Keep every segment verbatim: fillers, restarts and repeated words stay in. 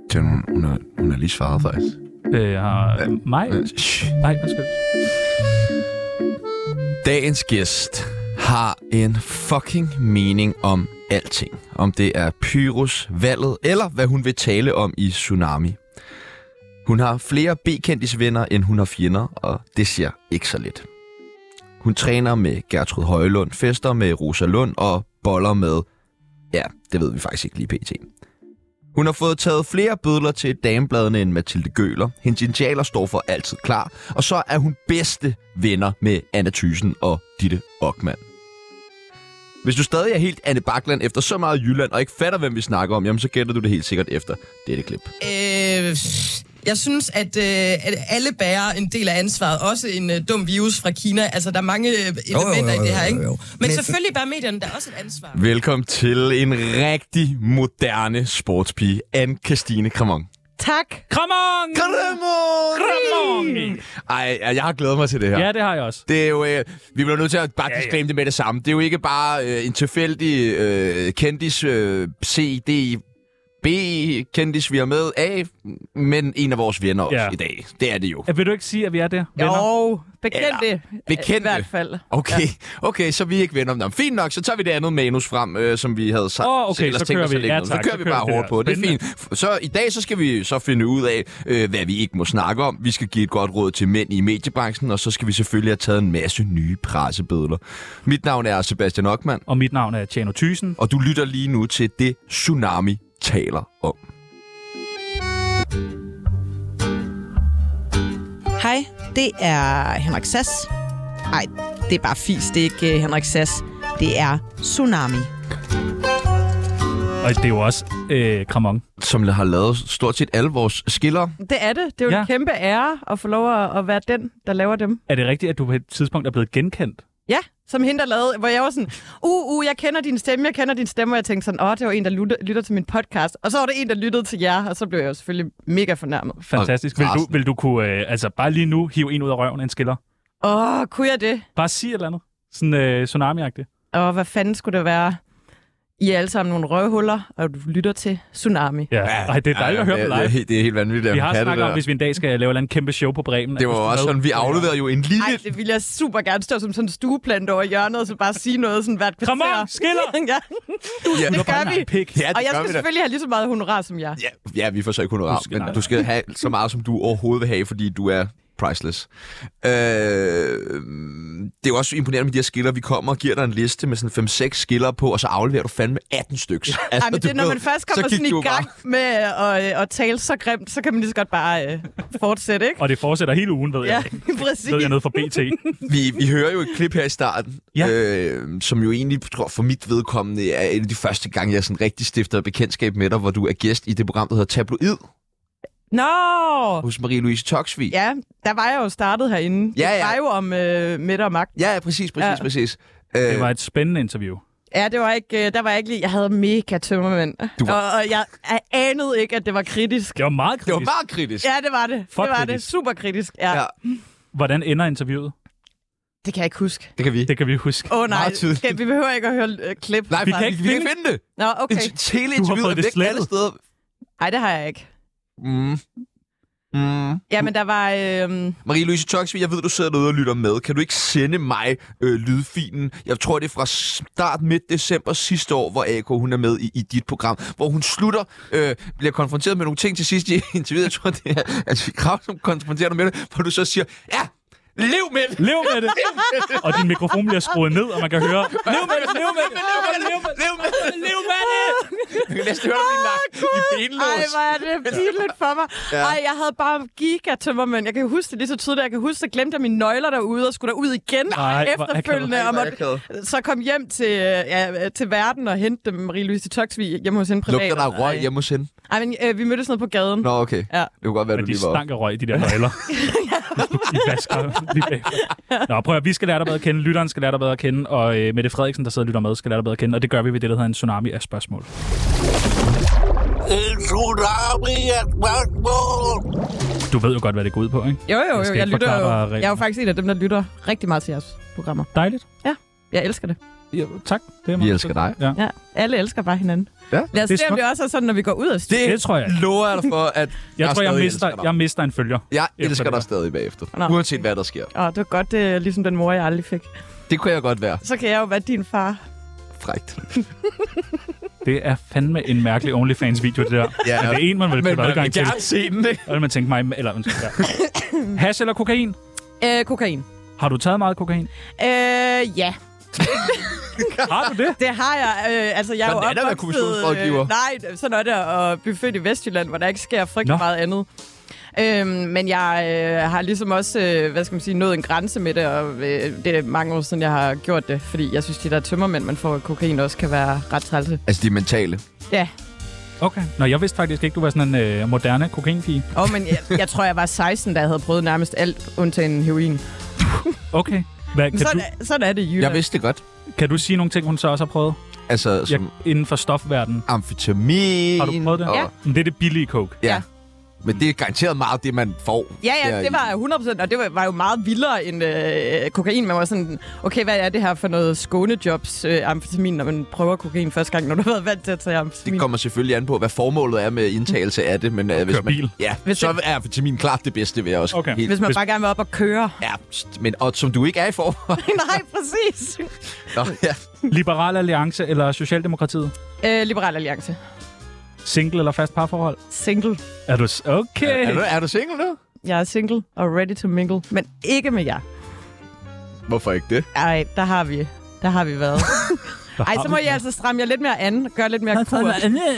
Hun, hun, har, hun har lige svaret, faktisk. Øh, har ja. mig? Nej, undskyld. Dagens gæst har en fucking mening om alting. Om det er Pyrus, valget, eller hvad hun vil tale om i Tsunami. Hun har flere B-kendisvenner, end hun har fjender, og det siger ikke så lidt. Hun træner med Gertrud Højlund, fester med Rosa Lund og boller med... Ja, det ved vi faktisk ikke lige pt. Hun har fået taget flere bødler til damebladene end Mathilde Gøler. Hendes initialer står for altid klar. Og så er hun bedste venner med Anna Thyssen og Ditte Okman. Hvis du stadig er helt Anne Bakland efter så meget Jylland, og ikke fatter, hvem vi snakker om, jamen så gætter du det helt sikkert efter dette klip. Øh, jeg synes, at, øh, at alle bærer en del af ansvaret. Også en øh, dum virus fra Kina. Altså, der er mange elementer jo, jo, jo, jo, i det her, ikke? Men, Men selvfølgelig bærer medierne der også et ansvar. Velkommen til en rigtig moderne sportspige, Anne-Kristine Kramon. Tak. Kramon! Kramon! Kramon! Ej, jeg har glædet mig til det her. Ja, det har jeg også. Det er jo, øh, vi bliver nødt til at bare disclaim ja, ja. det med det samme. Det er jo ikke bare øh, en tilfældig øh, kendis øh, C D B-kendis, vi har med af, men en af vores venner også ja. i dag. Det er det jo. Ja, vil du ikke sige, at vi er der? Venner? Jo, bekendte. Bekendte. I hvert fald. Okay, ja. okay, så vi er ikke venner om dem. Fint nok, så tager vi det andet manus frem, øh, som vi havde sagt. Åh, okay, så kører vi. Ja, tak, så kører så vi kører bare vi hårdt på. Det er fint. Så i dag så skal vi så finde ud af, øh, hvad vi ikke må snakke om. Vi skal give et godt råd til mænd i mediebranchen, og så skal vi selvfølgelig have taget en masse nye pressebødler. Mit navn er Sebastian Okman. Og mit navn er Tjano Thyssen. Og du lytter lige nu til det, Tsunami taler om. Hej, det er Henrik Sass. Nej, det er bare fis, det er ikke uh, Henrik Sass. Det er Tsunami. Og det er jo også øh, Kramon. Som har lavet stort set alle vores skiller. Det er det. Det er jo ja. en kæmpe ære at få lov at, at være den, der laver dem. Er det rigtigt, at du på et tidspunkt er blevet genkendt? Ja, som hende, der lavede, hvor jeg var sådan, uh, uh, jeg kender din stemme, jeg kender din stemme, og jeg tænkte sådan, åh, det var en, der lytter, lytter til min podcast. Og så var det en, der lyttede til jer, og så blev jeg jo selvfølgelig mega fornærmet. Fantastisk. Vil du, vil du kunne, øh, altså bare lige nu, hive en ud af røven af en skiller? Åh, oh, kunne jeg det? Bare sige et eller andet. Sådan øh, tsunami-agtigt. Åh, oh, hvad fanden skulle det være? I er alle sammen nogle røvhuller, og du lytter til Tsunami. Ja, Ej, det er dejligt ja, at høre på live. Det er, det er helt vanvittigt. Vi har snakket om, hvis vi en dag skal lave en kæmpe show på Bremen. Det var også sådan, vi afleverede jo en lille... Ej, det ville jeg super gerne stå som sådan en stueplante over hjørnet, og så bare sige noget sådan hvert kvarter. Kom on, skiller! ja. Du, ja. Det gør vi. Pik. Ja, det og jeg skal vi selvfølgelig have lige så meget honorar som jer. Ja, ja vi får så ikke honorar, men nej. Du skal have så meget, som du overhovedet vil have, fordi du er... priceless. Øh, det er jo også imponerende med de her skiller. Vi kommer og giver dig en liste med sådan fem seks skiller på, og så afleverer du fandme atten stykker. Ja. Altså, Ej, men det, når man først kommer sådan i gang bare... med at, at tale så grimt, så kan man lige så godt bare uh, fortsætte, ikke? Og det fortsætter hele ugen, ved jeg. Ja, præcis. Ved jeg noget fra B T. vi, vi hører jo et klip her i starten, ja. øh, som jo egentlig, tror for mit vedkommende, er en af de første gange, jeg sådan rigtig stifter bekendtskab med dig, hvor du er gæst i det program, der hedder Tabloid. Nå! No. Hos Marie-Louise Toksvig. Ja, der var jeg jo startet herinde. Ja, ja. Det var jo om øh, midt og magt. Ja, ja, præcis, præcis, ja. præcis. Det var et spændende interview. Ja, det var ikke, der var ikke lige... Jeg havde mega tømmermænd. Var... Og, og jeg, jeg anede ikke, at det var kritisk. Det var meget kritisk. Det var meget kritisk. Ja, det var det. For det var kritisk. det. Super kritisk, ja. ja. Hvordan ender interviewet? Det kan jeg ikke huske. Det kan vi. Det kan vi huske. Åh oh, nej, skal, vi behøver ikke at høre uh, klip. Nej, vi kan ikke, vi kan ikke finde det. Nå, okay. Hele interviewet er væk alle steder. Nej, det har jeg ikke. Mm. Mm. Ja, men der var... Øh... Marie-Louise Toksvig, jeg ved, du sidder derude og lytter med. Kan du ikke sende mig øh, lydfilen? Jeg tror, det er fra start midt december sidste år, hvor A K hun er med i, i dit program, hvor hun slutter, øh, bliver konfronteret med nogle ting til sidst i interviewet. Jeg tror, det er altså Krav, som konfronterer dig med det, hvor du så siger, ja, lev med det! Lev med det! Og din mikrofon bliver skruet ned, og man kan høre, lev med det, lev med det, lev med det, lev med det, lev med det! Jeg kan næsten høre dig blive benlås. Ej, hvor er det pinligt for mig. Ja. Ej, jeg havde bare gigatømmermænd. Jeg kan jo huske det lige så tydeligt. Jeg kan huske, at jeg glemte mine nøgler derude og skulle derud igen Nej, efterfølgende. Og måtte, så kom hjem til, ja, til verden og hente dem Marie-Louise Toksvig hjemme hos hende privat. Lugter der røg hjemme hos hende? Ej, men øh, vi mødtes ned på gaden. Nå, okay. Ja. Det kunne godt være, men du de lige var stank af røg, de der nøgler. De vasker lige bagfra. Nå, prøv at vi skal lære dig bedre at kende. Lytteren skal lære dig bedre at kende. Og øh, Mette Frederiksen, der sidder og lytter med, skal lære dig bedre at kende. Og det gør vi ved det, der hedder en tsunami af spørgsmål. En tsunami af spørgsmål! Du ved jo godt, hvad det går ud på, ikke? Jo, jo, jo. Jeg, jeg, lytter jo, jeg er jo faktisk en af dem, der lytter rigtig meget til jeres programmer. Dejligt. Ja, jeg elsker det. Ja, tak. Det er Vi elsker dig. Ja. Ja, alle elsker bare hinanden. Ja. Lad os Det er se, om smukt. det også er sådan, når vi går ud af Det, Det tror jeg. lover jeg dig for, at Jeg, tror, jeg stadig mister, elsker dig. jeg mister en følger. Jeg efter elsker det dig her. stadig bagefter. Nå. Uanset hvad der sker. Åh, det var godt, det er ligesom den mor, jeg aldrig fik. Det kunne jeg godt være. Så kan jeg jo være din far. Frækt. Det er fandme en mærkelig OnlyFans-video, det der. Ja, Men det er en, man vil Men få man adgang vil til. gerne se den, ikke? Og vil man tænke mig... Eller, undskyld, ja. Hash eller kokain? Øh, kokain. Har du taget meget kokain? Øh, ja. Har du det? Det har jeg. Øh, altså, jeg er jo Hvordan er der opvokset... kommissionsrådgiver? nej, sådan er det at blive født i Vestjylland, hvor der ikke sker frygtelig Nå. meget andet. Øhm, men jeg øh, har ligesom også, øh, hvad skal man sige, nået en grænse med det, og øh, det er mange år siden, jeg har gjort det, fordi jeg synes, de der tømmermænd, man får af kokain, også kan være ret trælse. Altså, de mentale. Ja. Okay. Nå, jeg vidste faktisk ikke, du var sådan en øh, moderne kokainpige. Åh, oh, men jeg, jeg tror, jeg var seksten, da jeg havde prøvet nærmest alt, undtagen heroin. Okay. Hvad, kan, Sådan, du, er- sådan er det i Jylland. Jeg vidste det godt. kan du sige nogle ting, hun så også har prøvet? Altså, Ja, som inden for stofverdenen. amfetamin. Har du prøvet det? Og, Ja. Men det er det billige coke. ja. Ja. Men det er garanteret meget det, man får. Ja, ja, der det i- var hundrede procent, og det var, var jo meget vildere end øh, kokain. Man var sådan, okay, hvad er det her for noget skånejobs øh, amfetamin, når man prøver kokain første gang, når du har været vant til at tage amfetamin? Det kommer selvfølgelig an på, hvad formålet er med indtagelse af det. Men uh, hvis Køre man, bil. ja, Hvis så det- er amfetamin klart det bedste ved også. Okay. Helt. Hvis man Hvis- bare gerne vil op og køre. Ja, pst, men, og som du ikke er i forvejen. Nej, præcis. Nå, ja. Liberal Alliance eller Socialdemokratiet? Øh, Liberal Alliance. Single eller fast parforhold? Single. Er du... s- Okay. Er, du, er du single nu? Jeg er single og ready to mingle, men ikke med jer. Hvorfor ikke det? Ej, der har vi, der har vi været. Ej, så må I altså stramme jer lidt mere an, gøre lidt mere kur.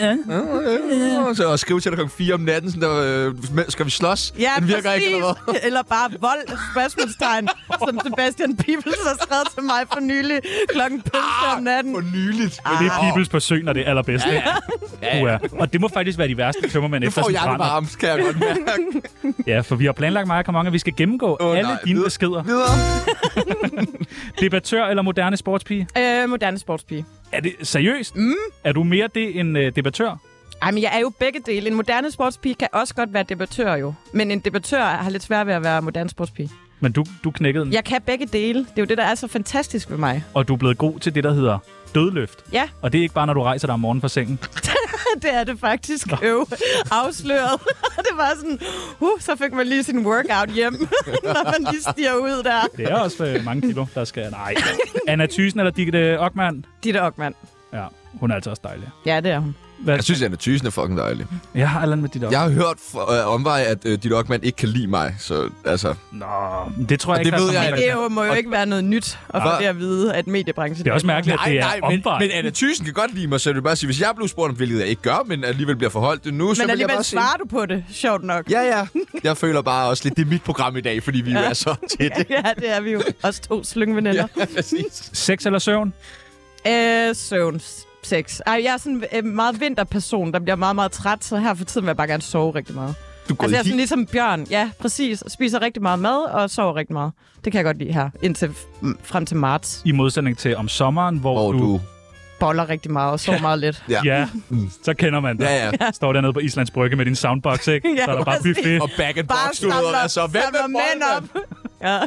Så at skrive til dig klokken fire om natten, sådan der, øh, skal vi slås? Ja, Den virker præcis. ikke, eller hvad? Eller bare vold, spørgsmålstegn, som Sebastian Pibels har skrevet til mig for nylig klokken pølse om natten. For nyligt. Det er Pibels på søen, når det er allerbedste. Ja, ja. Ja. Og det må faktisk være de værste tømmermænd Nu efter får sådan jeg det brænder. varmt, kan jeg godt mærke. Ja, for vi har planlagt mig og Kamonga. Vi skal gennemgå Åh, alle nej. dine Videre. beskeder. Videre. Debattør eller moderne sportspige? Øh, moderne sportspige. Er det seriøst? Mm. Er du mere det end uh, debattør? Ej, men jeg er jo begge dele. En moderne sportspige kan også godt være debattør jo. Men en debattør har lidt svært ved at være moderne sportspige. Men du, du knækkede den, Jeg kan begge dele. Det er jo det, der er så fantastisk ved mig. og du er blevet god til det, der hedder dødløft. Ja, Og det er ikke bare, når du rejser dig om morgenen fra sengen. det er det faktisk. Øv. Afsløret. Det var sådan, uh, så fik man lige sin workout hjem, når man lige stiger ud der. Det er også øh, mange kilo, der skal... Nej. Anna Thyssen eller Ditte Okman? Ditte Okman. Ja, hun er altså også dejlig. Ja, det er hun. Hvad? Jeg synes, Anna Thyssen er fucking dejlig. Jeg har aldrig med Ditte Jeg Okman. har hørt for, øh, omvej, at øh, dit Ockmann ikke kan lide mig, så altså... Nå, det tror jeg Og ikke, det der er ved så jeg mange, Det der er jo, må jo ikke være noget nyt at få Hva? det at vide, at mediebranchen... Det er også mærkeligt, at det er men, omvej. men Anna Thyssen kan godt lide mig, så det vil bare sige, hvis jeg blev spurgt om, hvilket jeg ikke gør, men alligevel bliver forholdt det nu, så Men vil jeg bare alligevel sige... svarer du på det, sjovt nok. Ja, ja. Jeg føler bare også lidt, det er mit program i dag, fordi vi jo er så tætte. Ja, det er vi jo. Også to slyngveninder. Ja, præcis. Sex eller søvn? Øh, søvn. Sex. Ej, jeg er sådan en øh, meget vinterperson, der bliver meget, meget træt, så her for tiden vil jeg bare gerne sove rigtig meget. Du går Altså, jeg er i sådan hi- ligesom Bjørn. Ja, præcis. Spiser rigtig meget mad og sover rigtig meget. Det kan jeg godt lide her, indtil f- frem til marts. I modsætning til om sommeren, hvor, hvor du... du... Boller rigtig meget og sover meget lidt. Ja. Ja, så kender man det. Ja, ja. Står dernede på Islands Brygge med din soundbox, ikke? Ja, så er der bare præcis. buffet. Og back and Bare box, du ved, samler, altså, hvem samler er mænd op. Ja.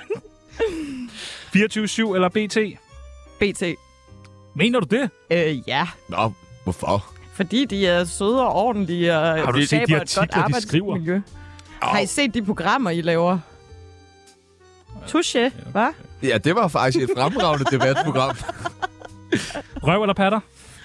fireogtyve syv eller B T? B T. Mener du det? Øh, ja. Nå, hvorfor? Fordi de er søde og ordentlige og Har du set skaber de et godt artikler, de skriver? arbejdsmiljø. Har I set de programmer, I laver? Touché, hva'? Ja, det var faktisk et fremragende debatprogram. Røv eller patter?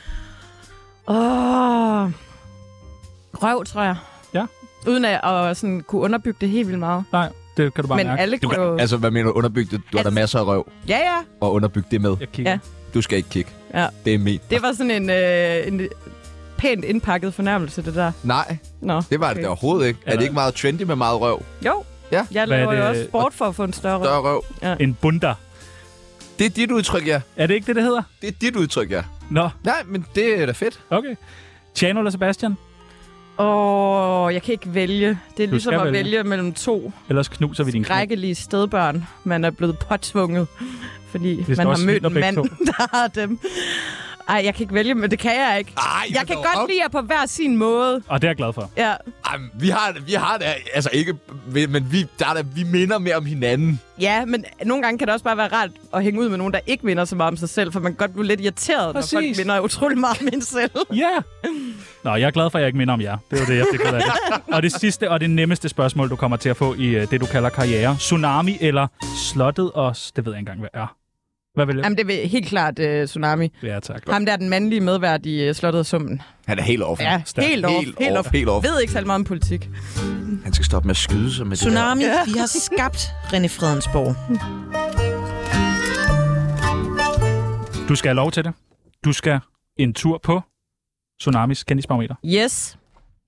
Åh. Røv, tror jeg. Ja. Uden at, at sådan, kunne underbygge det helt vildt meget. Nej, det kan du bare Men mærke. alle Du kunne jo... kan, altså, hvad mener du? Underbygge det? Du har da Altså- masser af røv Ja, ja. og underbygge det med. Jeg kigger. Ja. Du skal ikke kigge. Ja. Det er mit. Det var sådan en, øh, en pænt indpakket fornærmelse, det der. Nej, Nå. det var det da overhovedet ikke. Er det ikke meget trendy med meget røv? Jo. Ja. Jeg Hvad er laver jo det? også sport for at få en større røv. Større røv. En bunder. Det er dit udtryk, ja. Er det ikke det, det hedder? Det er dit udtryk, ja. Nå, Nej, men det er da fedt. okay. Tjano eller Sebastian? Åh, jeg kan ikke vælge. Det er Du ligesom skal at vælge. vælge mellem to Ellers knuser vi din knæ. skrækkelige stedbørn, man er blevet påtvunget, fordi står man har også mødt smiler en begge mand, to. der har dem. Ej, jeg kan ikke vælge, men det kan jeg ikke. Ej, jeg kan godt lide jer på hver sin måde. Og det er jeg glad for. Ja. Ej, vi har, vi har det, altså ikke, men vi, der er der, vi minder mere om hinanden. Ja, men nogle gange kan det også bare være rart at hænge ud med nogen, der ikke minder så meget om sig selv, for man kan godt blive lidt irriteret, Præcis. når folk minder utrolig meget om en selv. Ja. Yeah. Nå, jeg er glad for, at jeg ikke minder om jer. Det er jo det, jeg fik ud af det. Og det sidste og det nemmeste spørgsmål, du kommer til at få i uh, det, du kalder karriere. Tsunami eller slottet os? Det ved jeg ikke engang, hvad er. Hvad vil jeg? Jamen, det er helt klart uh, Tsunami. Ja, tak. Ham der er den mandlige medvært i uh, Slottet og Summen. Han er helt off. Ja, Stærk. helt off. Helt Helt off, off. helt off. Ved ikke så meget om politik. Han skal stoppe med at skyde sig med Tsunami, Ja. vi har skabt René Fredensborg. Du skal have lov til det. Du skal en tur på Tsunamis kendisbarometer. Yes.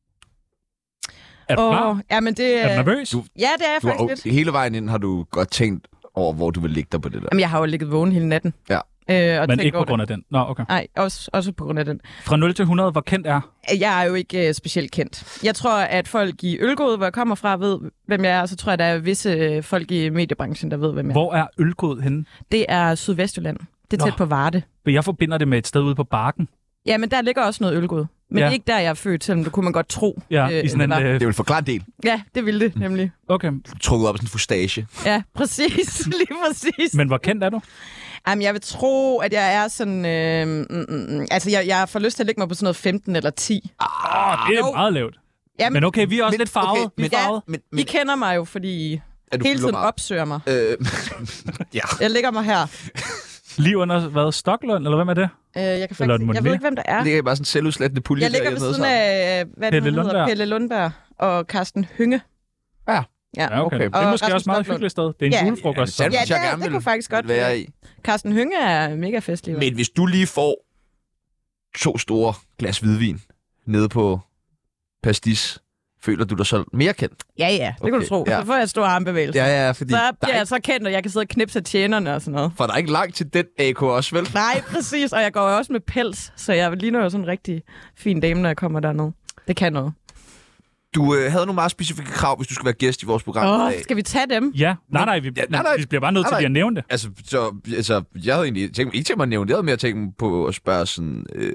Er du klar? Og, ja, men det, Er du nervøs? Du- ja, det er jeg det. Du faktisk har, lidt. hele vejen ind har du godt tænkt over, hvor du vil ligge dig på det der. Jamen, jeg har jo ligget vågen hele natten. Ja. Øh, og Men tænkt ikke på over grund af den. Nå, okay. det. Nej, også, også på grund af den. Fra nul til hundrede, hvor kendt er? Jeg er jo ikke uh, specielt kendt. Jeg tror, at folk i Ølgod, hvor jeg kommer fra, ved, hvem jeg er. Og så tror jeg, der er visse folk i mediebranchen, der ved, hvem jeg er. Hvor er Ølgod henne? Det er Sydvestjylland. Det er tæt Nå. på Varde. For jeg forbinder det med et sted ude på Bakken. Ja, men der ligger også noget Ølgod. Men Ja. det er ikke der, jeg er født, selvom det kunne man godt tro. Ja, øh, i sådan en... det var. Øh, Det vil forklare en del. Ja, det ville det nemlig. okay, Trukket op i sådan en fustage. Ja, præcis. Lige præcis. men hvor kendt er du? Jamen, jeg vil tro, at jeg er sådan... Øh, mm, mm, altså, jeg, jeg får lyst til at lægge mig på sådan noget femten eller ti. Åh, oh, det er jo. meget lavt. Jamen, Men okay, vi er også Men- lidt farvet. okay, vi er men- farvet. Men, I men, kender mig jo, fordi I er du hele fylder tiden meget? opsøger mig. Øh, ja. Jeg lægger mig her. Lige under, hvad, Stoklund, eller hvem er det? Øh, jeg, kan Eller faktisk, jeg Monet. ved ikke, hvem der er. Ligger I bare sådan en selvudslættende pulje Jeg ligger ved dernede siden af, hvad Pelle den hedder, Lundberg. Pelle Lundberg og Carsten Hønge. Ja. Ja, Ja, okay. okay. Det er Og måske Rasmus også meget Stoklund. hyggeligt sted. Det er en Ja. julefrokost. Ja, så- det Ja, synes jeg det, gerne det vil kunne faktisk godt være være. i. Carsten Hønge er mega festlig. hva'? Men hvis du lige får to store glas hvidvin nede på pastis, føler du dig så mere kendt? Ja, ja, det kan Okay, du tro. ja. Så får jeg stor armbevægelse. Ja, ja, fordi Så der bliver er, jeg ikke, så kendt, og jeg kan sidde og knipse af tjenerne og sådan noget. for der er ikke langt til den A K også, vel? Nej, præcis. Og jeg går jo også med pels, så jeg ligner jo sådan en rigtig fin dame, når jeg kommer derned. Det kan noget. Du øh, havde nogle meget specifikke krav, hvis du skulle være gæst i vores program. Åh, i oh, dag. skal vi tage dem? Ja, nej, nej, vi, Ja, nej, nej. vi bliver bare nødt Nej, til nej. lige at nævne det. Altså, så, altså, jeg havde egentlig tænkt, ikke tænkt mig at nævne det, jeg havde mere tænkt på at spørge sådan, øh,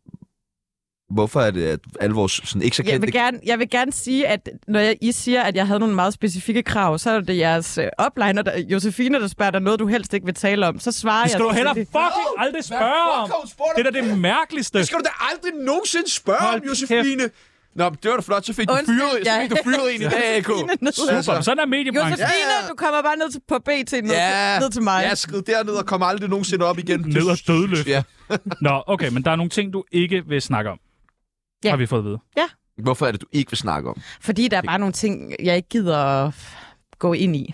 hvorfor er det, at alle vores sådan, ikke så Jeg kendte... vil, gerne, jeg vil gerne sige, at når jeg, I siger, at jeg havde nogle meget specifikke krav, så er det jeres øh, upliner, der, Josefine, der spørger dig noget, du helst ikke vil tale om. Så svarer Det jeg... skal du heller selvfølgelig- fucking aldrig spørge om. Det er da det mærkeligste. Det skal du da aldrig nogensinde spørge Hold om, Josefine. Nå, men det var da flot, så fik du Undskyld, fyret, så jeg- fik du fyret en i dag, A K. Super, sådan er mediebranchen. Josefine, Ja, ja. du kommer bare ned til, på B T, ned, Ja, ned til mig. ja, skrid derned og kom aldrig nogensinde op igen. Ned og dødløft. Ja. Nå, okay, men der er nogle ting, du ikke vil snakke om. Ja. Har vi fået at vide. Hvorfor er det, du ikke vil snakke om? Fordi der er bare nogle ting, jeg ikke gider at gå ind i.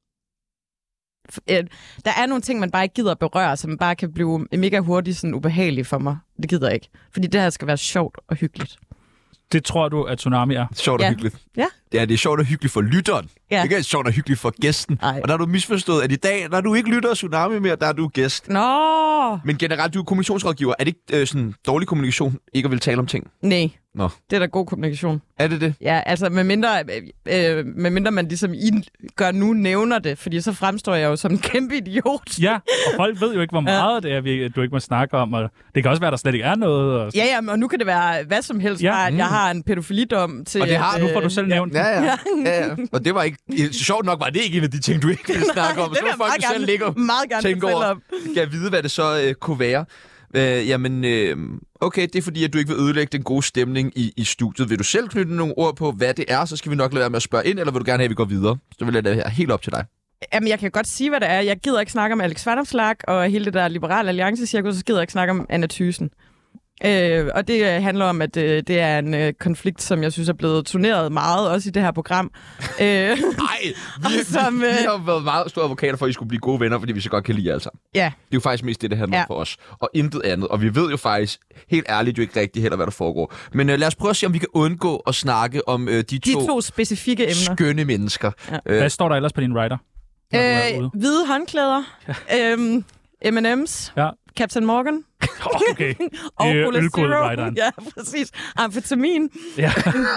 F- øh, Der er nogle ting, man bare ikke gider at berøre, som bare kan blive mega hurtigt sådan ubehageligt for mig. Det gider jeg ikke. Fordi det her skal være sjovt og hyggeligt. Det tror du, at Tsunami er. Sjovt og Ja. hyggeligt. Ja. Ja, det er sjovt og hyggeligt for lytteren. Ja. Det er ikke sjovt og hyggeligt for gæsten. Ej. Og der har du misforstået, at i dag, når du ikke lytter af Tsunami mere, der er du gæst. Nå! Men generelt, du er kommunikationsrådgiver. Er det ikke øh, sådan dårlig kommunikation, ikke at ville tale om ting? Nej. Nå. Det er da god kommunikation. Er det det? Ja, altså med mindre, øh, øh, med mindre man ligesom I gør nu, nævner det, fordi så fremstår jeg jo som en kæmpe idiot. Ja, og folk ved jo ikke, hvor meget det er, vi- du ikke må snakke om. Og det kan også være, at der slet ikke er noget. Og... Ja, ja, og nu kan det være hvad som helst, Ja. ja. at jeg Mm. har en pædofilidom til... Og det har at, du, Nu får du selv nævnt Ja, den. ja. ja, ja. Og det var ikke... Sjovt nok var det ikke en af de ting, du ikke ville snakke om. det Så vil må jeg folk meget jo selv gerne, ligge og meget gerne tænke fortælle over, om. kan vide, hvad det så øh, kunne være. Øh, jamen, øh, okay, det er fordi, at du ikke vil ødelægge den gode stemning i, i studiet. Vil du selv knytte nogle ord på, hvad det er, så skal vi nok lade være med at spørge ind, eller vil du gerne have, at vi går videre? Så vil jeg lade det her helt op til dig. Jamen, jeg kan godt sige, hvad det er. Jeg gider ikke snakke om Alex Vanopslagh og hele det der Liberal Alliance-cirkus, så gider jeg ikke snakke om Anna Thyssen. Øh, og det øh, handler om, at øh, det er en øh, konflikt, som jeg synes er blevet turneret meget, også i det her program. øh, Nej, vi, som, vi, vi øh, har været meget store advokater for, at I skulle blive gode venner, fordi vi så godt kan lide jer alle sammen. ja, Det er jo faktisk mest det, det handler om Ja. for os. Og intet andet. Og vi ved jo faktisk helt ærligt jo ikke rigtig heller, hvad der foregår. Men øh, lad os prøve at se, om vi kan undgå at snakke om øh, de, de to, to specifikke emner. skønne mennesker. Ja. Øh, Hvad står der ellers på din writer? når du er Øh, ude? hvide håndklæder, øhm, M and M's, Ja. Captain Morgan Okay. og Det er Cola Zero. ølkode-writeren. Ja, præcis. Amfetamin. Ja.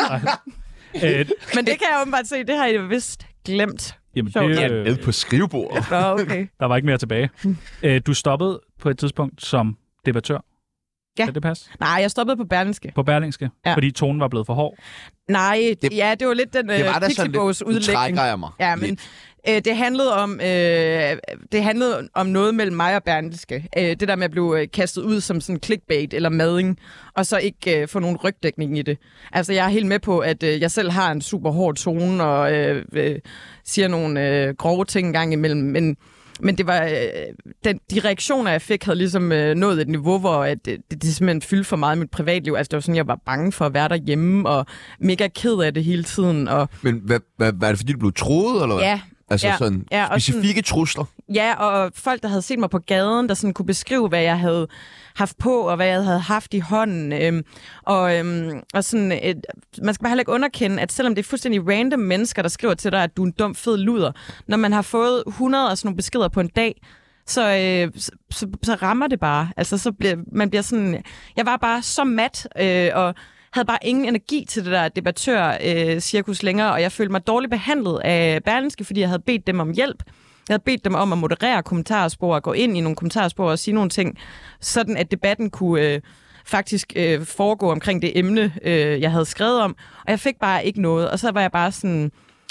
øh, Men det kan jeg åbenbart se, det har I vist glemt. jamen, Sjovt. det, ja, øh, med på skrivebordet. Nå, okay. der var ikke mere tilbage. øh, du stoppede på et tidspunkt som debattør. Ja. Kan det passe? Nej, jeg stoppede på Berlingske. På Berlingske? Ja. Fordi tonen var blevet for hård? Nej, Det- det, ja, det var lidt den Det var da øh, sådan Pixiebogs lidt, nu udlægning. trækker jeg mig Ja, men lidt. øh, det handlede om øh, det handlede om noget mellem mig og Berlingske. Øh, det der med at blive øh, kastet ud som sådan clickbait eller mading, og så ikke øh, få nogen rygdækning i det. Altså, jeg er helt med på, at øh, jeg selv har en super hård tone og øh, øh, siger nogle øh, grove ting en gang imellem, men Men det var øh, den, de reaktioner, jeg fik, havde ligesom øh, nået et niveau, hvor at, det, det simpelthen fyldte for meget i mit privatliv. Altså, det var sådan, jeg var bange for at være derhjemme, og mega ked af det hele tiden. Og, Men hvad, hvad, hvad er det, fordi du blev troet, eller hvad? ja, Altså ja, sådan ja, og specifikke trusler? ja, og folk, der havde set mig på gaden, der sådan kunne beskrive, hvad jeg havde haft på, og hvad jeg havde haft i hånden. Øhm, og, øhm, og sådan, et, man skal bare heller ikke underkende, at selvom det er fuldstændig random mennesker, der skriver til dig, at du er en dum, fed luder, når man har fået hundrede af sådan nogle beskeder på en dag, så, øh, så, så, så rammer det bare. Altså, så bliver, man bliver sådan... Jeg var bare så mat, øh, og havde bare ingen energi til det der debattør-cirkus øh, længere, og jeg følte mig dårligt behandlet af Berlingske, fordi jeg havde bedt dem om hjælp. Jeg havde bedt dem om at moderere kommentarspor og gå ind i nogle kommentarspor og sige nogle ting, sådan at debatten kunne øh, faktisk øh, foregå omkring det emne, øh, jeg havde skrevet om. Og jeg fik bare ikke noget, og så var jeg bare sådan,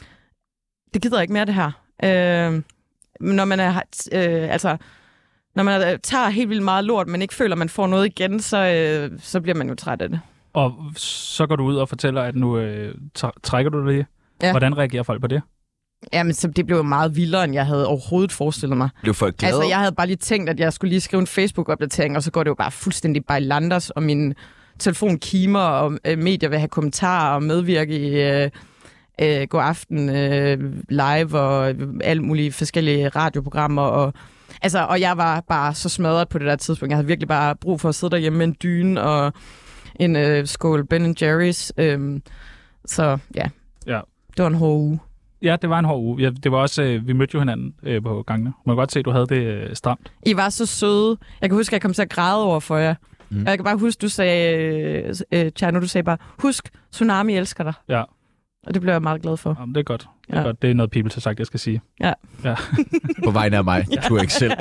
det gider jeg ikke mere det her. Øh, når man er, øh, altså, når man tager helt vildt meget lort, men ikke føler, man får noget igen, så, øh, så bliver man jo træt af det. Og så går du ud og fortæller, at nu øh, tr- trækker du det. Ja. Hvordan reagerer folk på det? Jamen, så det blev jo meget vildere, end jeg havde overhovedet forestillet mig. Blev folk glade? Altså, jeg havde bare lige tænkt, at jeg skulle lige skrive en Facebook-opdatering, og så går det jo bare fuldstændig by landers, og min telefon kimer, og øh, medier vil have kommentarer og medvirke i øh, øh, God Aften øh, live, og alle mulige forskellige radioprogrammer, og altså, og jeg var bare så smadret på det der tidspunkt. Jeg havde virkelig bare brug for at sidde derhjemme med en dyne og en øh, skål Ben and Jerry's. Øh, så ja, Ja. det var en hård uge. Ja, det var en hård uge. Ja, det var også, øh, vi mødte jo hinanden øh, på gangene. Man kan godt se, at du havde det øh, stramt. I var så søde. Jeg kan huske, at jeg kom til at græde over for jer. Mm. Og jeg kan bare huske, du sagde, øh, øh, Tjerno, du sagde bare, husk, Tsunami elsker dig. Ja. Og det blev jeg meget glad for. Jamen, det er godt. Det er, Ja. godt. Det er noget, People har sagt, jeg skal sige. Ja. Ja. På vegne af mig. Du er ikke selv.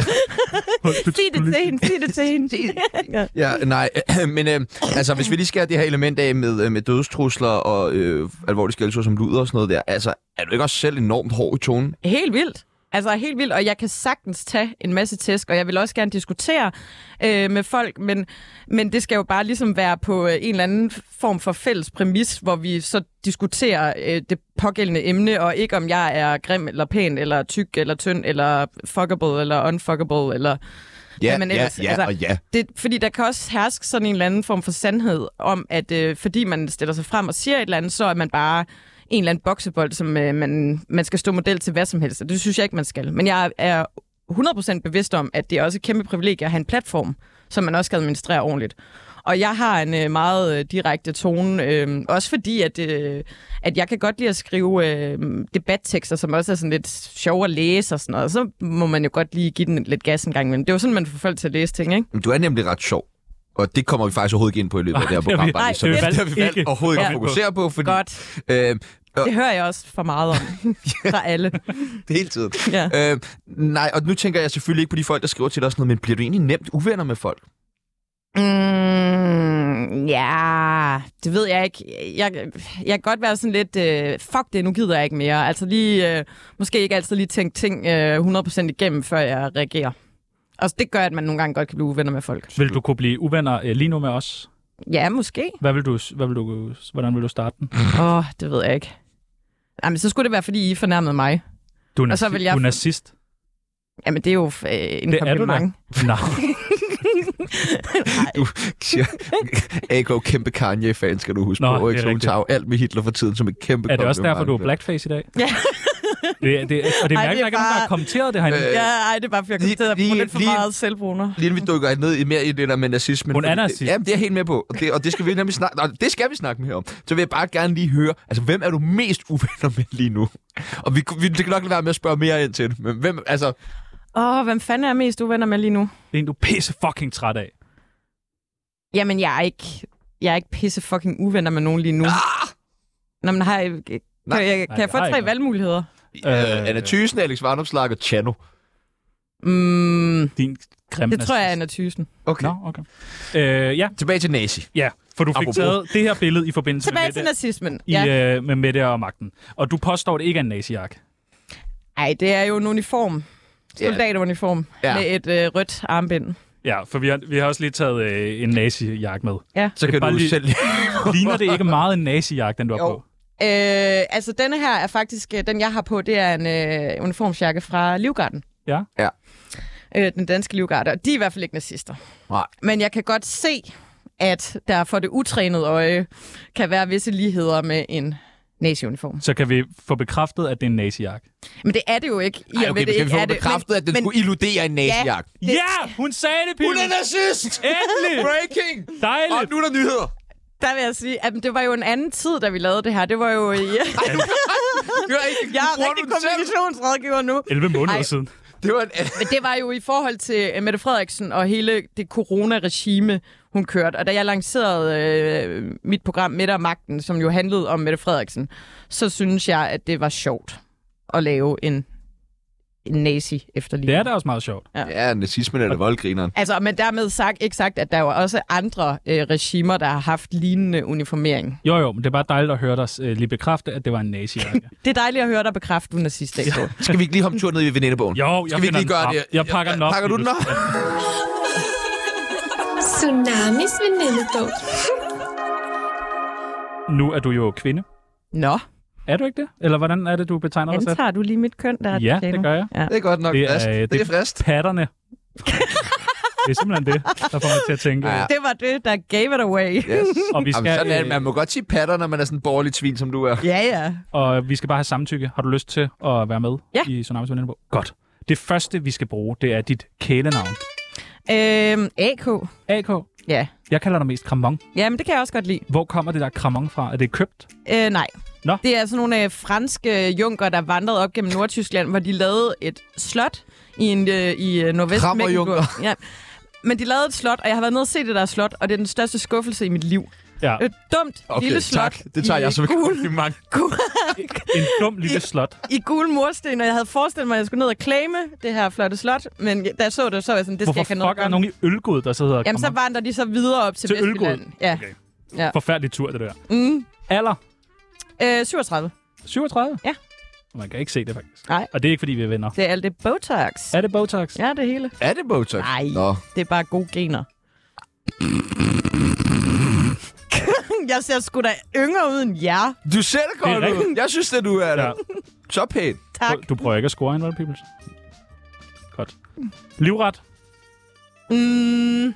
Sig det til hende, sig det til hende. Ja. Ja, nej, men øh, altså, hvis vi lige skærer det her element af med, med dødstrusler og øh, alvorlige skældsord som luder og sådan noget der, altså, er du ikke også selv enormt hård i tonen? Helt vildt. Altså helt vildt, og jeg kan sagtens tage en masse tæsk, og jeg vil også gerne diskutere øh, med folk, men, men det skal jo bare ligesom være på øh, en eller anden form for fælles præmis, hvor vi så diskuterer øh, det pågældende emne, og ikke om jeg er grim eller pæn, eller tyk, eller tynd, eller fuckable, eller unfuckable, eller... Ja, men ja, ellers, ja altså, og ja. Det, fordi der kan også herske sådan en eller anden form for sandhed om, at øh, fordi man stiller sig frem og siger et eller andet, så er man bare en eller anden boksebold, som øh, man, man skal stå model til hvad som helst. Og det synes jeg ikke, man skal. Men jeg er hundrede procent bevidst om, at det er også et kæmpe privilegie at have en platform, som man også skal administrere ordentligt. Og jeg har en øh, meget øh, direkte tone, øh, også fordi, at, øh, at jeg kan godt lide at skrive øh, debattekster, som også er sådan lidt sjove at læse og sådan noget. Så må man jo godt lige give den lidt gas en gang. Men det er jo sådan, man får folk til at læse ting, ikke? Men du er nemlig ret sjov. Og det kommer vi faktisk overhovedet ikke ind på i løbet af det her Nej, program. det Bare har lige, så vi- det nej, har vi valgt ikke. overhovedet ikke at Ja. fokusere på, fordi Godt. øh, Det hører jeg også for meget om. Fra alle. det hele tiden. Ja. Øh, nej, og nu tænker jeg selvfølgelig ikke på de folk, der skriver til dig og sådan noget, men bliver du egentlig nemt uvenner med folk? Mm, ja, det ved jeg ikke. Jeg, jeg kan godt være sådan lidt, øh, fuck det, nu gider jeg ikke mere. Altså lige, øh, måske ikke altid lige tænke ting øh, hundrede procent igennem, før jeg reagerer. Og det gør, at man nogle gange godt kan blive uvenner med folk. Vil du kunne blive uvenner øh, lige nu med os? Ja, måske. Hvad vil du, hvad vil du, hvordan vil du starte den? Åh, oh, det ved jeg ikke. Jamen, så skulle det være, fordi I fornærmede mig. Du er, Og så nazi- vil jeg- du er nazist. Jamen, det er jo øh, en Det er du da. kompliment. Nej. Du siger, A K kæmpe Kanye-fan, skal du huske Nå, på. det Ikke? er Så hun rigtigt. tager jo alt med Hitler for tiden som et kæmpe Er det også kompliment. derfor, du er blackface i dag? Ja. Det, det, og det er Ej, mærkeligt, det er at der ikke er nogen, der bare- har kommenteret det herinde. Øh, Ja, ej, det er bare, for jeg lige- kommer til at bruge lige- lidt for lige- meget selvbruner. Lige inden vi dykker ned i mere i det der med nazismen. Hun er fordi- nazist. Jamen, det er jeg helt med på. Og det, og det skal vi nemlig snakke, og det skal vi snakke mere om. Så vil jeg bare gerne lige høre, altså hvem er du mest uvenner med lige nu? Og vi, vi det kan nok lade være med at spørge mere ind til det. Men hvem, altså... Åh, oh, hvem fanden er jeg mest uvenner med lige nu? Det er en, du er pisse fucking træt af. Jamen, jeg er ikke, jeg er ikke pisse fucking uvenner med nogen lige nu. Ah! Nå, men har jeg, kan, Nej. jeg, kan Nej, jeg få det har tre jeg valgmuligheder? Øh, Øh, Anna Thyssen, Alex Vanopslagh og Chano. Mm, Din Grim Det tror jeg er Anna Thyssen. Okay. Nå, okay. Øh, ja. Tilbage til nazi. Ja, for du fik Apropos. taget det her billede i forbindelse Tilbage med til Mette, nazismen. i, Ja. øh, med Mette og magten. Og du påstår, det ikke er en nazijakke. Ej, det er jo en uniform. Soldateruniform Ja. med et øh, rødt armbind. Ja, for vi har, vi har også lige taget øh, en nazijakke med. Ja. Så kan bare du lige- selv... Ligner det ikke meget en nazijakke, den du har Jo. på? Øh, altså, denne her er faktisk, øh, den jeg har på, det er en øh, uniformsjakke fra Livgarden. Ja. Ja. Øh, den danske Livgarde. Og de er i hvert fald ikke nazister. Nej. Men jeg kan godt se, at der for det utrænede øje kan være visse ligheder med en nazi-uniform. Så kan vi få bekræftet, at det er en nazijakke. Men det er det jo ikke. I Ej, og okay, med det kan vi ikke få er det. bekræftet, at den men, skulle illudere en nazijakke? Det- Ja, hun sagde det, Pibels! Hun er nazist! Endelig! Breaking! Og Dejligt! nu er der nyheder. Der vil jeg sige, at det var jo en anden tid, da vi lavede det her. Det var jo... I, Det var ikke, jeg er bruger rigtig du den selv? kommunikationsrådgiver nu. elleve måneder Ej. siden. Det var en... Men det var jo i forhold til uh, Mette Frederiksen og hele det corona-regime, hun kørte. Og da jeg lancerede øh, mit program Mette og Magten, som jo handlede om Mette Frederiksen, så synes jeg, at det var sjovt at lave en, en nazi-efterligning. Det er da også meget sjovt. Ja, nazismen eller voldgrineren. Altså, men dermed sagt, ikke sagt, at der var også andre øh, regimer, der har haft lignende uniformering. Jo, jo, men det er bare dejligt at høre dig øh, lige bekræfte, at det var en nazijakke. Det er dejligt at høre dig bekræfte, du er nazist. Ja. Skal vi ikke lige hoppe en tur ned i venindebogen? Jo, jeg Skal vi ikke finder lige den gøre frem. det? Jeg pakker den op. Pakker du den op? Tsunamis venindebog. Nu er du jo kvinde. Nå, Er du ikke det? Eller hvordan er det, du betegner dig selv? antager du lige mit køn, der Ja, Tjano? det gør jeg. Ja. Det er godt nok Det er, frist. øh, Det det- er frist. Patterne. Det er simpelthen det, der får mig til at tænke. Ja, ja. Det var det, der gave it away. Yes. Og vi skal, Jamen, sådan er det. øh, Man må godt sige patter, når man er sådan en borgerlig tvin, som du er. Ja, ja. Og vi skal bare have samtykke. Har du lyst til at være med Ja. i Tsunamis venindebog? Godt. Det første, vi skal bruge, det er dit kælenavn. Øhm, A K. A K. Ja. Jeg kalder dig mest Kramon. Ja, men det kan jeg også godt lide. Hvor kommer det der Kramon fra? Er det købt? Øh, nej. Nå. Det er sådan nogle øh, franske junker, der vandrede op gennem Nordtyskland, hvor de lavede et slot i, en, øh, i øh, nordvest Krammerjunker. Ja. Men de lavede et slot, og jeg har været nede og se det der slot, og det er den største skuffelse i mit liv. Ja. Et dumt Okay, lille slot. tak. Det tager i jeg som et gul, kompliment. gul, En dum lille slot. i gul mursten, og jeg havde forestillet mig, at jeg skulle ned og claime det her flotte slot, men da jeg så det, så var jeg sådan, det skal Hvorfor jeg ikke have noget fuck at er gøre. nogen i Ølgod, der så hedder Jamen, så Kramon? vandrer de så videre op til, Til Ølgod? Vestjylland. Ja. Okay. Ja. Forfærdelig tur, det der. Mm. Alder? Øh, syvogtredive. syvogtredive? Ja. Man kan ikke se det, faktisk. Nej. Og det er ikke, fordi vi er venner. Det er alt det Botox. Er det Botox? Ja, det hele. Er det Botox? Nej. Nå. Det er bare gode gener. Jeg ser sgu da yngre ud end jer. Du ser det godt Det er ud. rigtigt. Jeg synes, at du er Ja. ja. så pæn. Tak. Du prøver ikke at score en, vel, Pibels? Godt. Livret? Mm.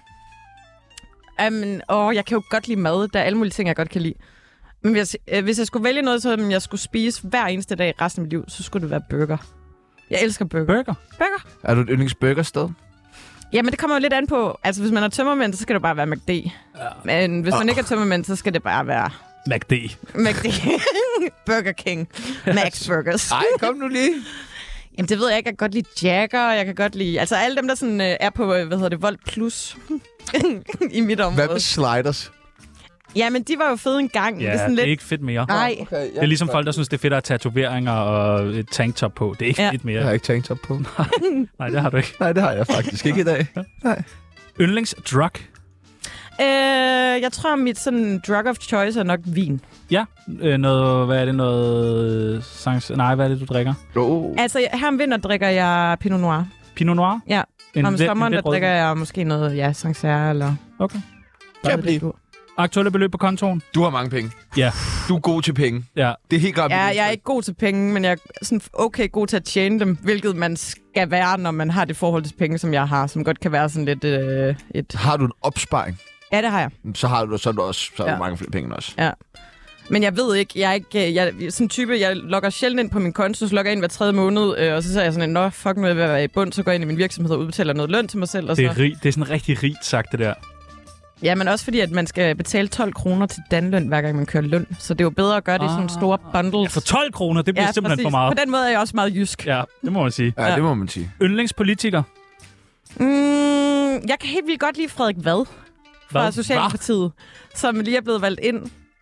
Jamen, åh, jeg kan jo godt lide mad. Der er alle mulige ting, jeg godt kan lide. Men hvis, øh, hvis jeg skulle vælge noget, som jeg skulle spise hver eneste dag resten af mit liv, så skulle det være burger. Jeg elsker burger. Burger? Burger? Er du et yndlingsburgersted? Jamen, det kommer jo lidt an på. Altså, hvis man er tømmermænd, så skal det bare være McD. Ja. Men hvis man ikke er tømmermænd, så skal det bare være McD. McD. Burger King. Max Burgers. Nej, kom nu lige. Jamen, det ved jeg ikke. Jeg kan godt lide Jagger. Jeg kan godt lide... Altså, alle dem, der sådan, øh, er på, øh, hvad hedder det, Volt Plus i mit område. Hvad med sliders? Jamen, de var jo fede engang. Ja, det er sådan det lidt... er ikke fedt mere. Nej. Okay, Det er ligesom folk, der synes, det er fedt at have tatoveringer og et tanktop på. Det er ikke Ja. fedt Jeg har mere. ikke tænkt op på. Nej, det har du ikke. Nej, det har jeg faktisk ikke i dag. Yndlingsdrug? Øh, jeg tror, mit sådan drug of choice er nok vin. Ja. Øh, noget, hvad er det? Noget... Sans... Nej, hvad er det, du drikker? Oh. Altså, her om vinteren drikker jeg Pinot Noir. Pinot Noir? Ja. En Om let- en sommeren, der let rødvin. drikker jeg måske noget, ja, Sancerre eller... Okay. Chablis. Aktuelle beløb på kontoen? Du har mange penge. Ja. Du er god til penge. Ja. Det er helt klart. Ja, mit jeg er indtryk. ikke god til penge, men jeg er sådan okay god til at tjene dem, hvilket man skal være, når man har det forhold til penge, som jeg har, som godt kan være sådan lidt øh, et... Har du en opsparing, Ja, det har jeg. så har du, så er du også så har Ja. du mange flere penge end os. Ja. Men jeg ved ikke, jeg er ikke, jeg er sådan en type, jeg logger sjældent ind på min konto, så logger jeg ind hver tredje måned, øh, og så siger jeg sådan, nå, fuck nu er jeg ved at være i bund, så går jeg ind i min virksomhed og udbetaler noget løn til mig selv. Og så. Det er, rig, det er sådan rigtig rigt sagt, det der. Ja, men også fordi, at man skal betale tolv kroner til danløn, hver gang man kører løn. Så det er jo bedre at gøre det i sådan nogle store bundles. Ja, for tolv kroner, det bliver Ja, simpelthen præcis. for meget. På den måde er jeg også meget jysk. Ja, det må man sige. Ja, Ja. det må man sige. Yndlingspolitiker? Mm, jeg kan helt vildt godt lide Frederik Vad fra Hvad? Socialdemokratiet, som lige er blevet valgt ind.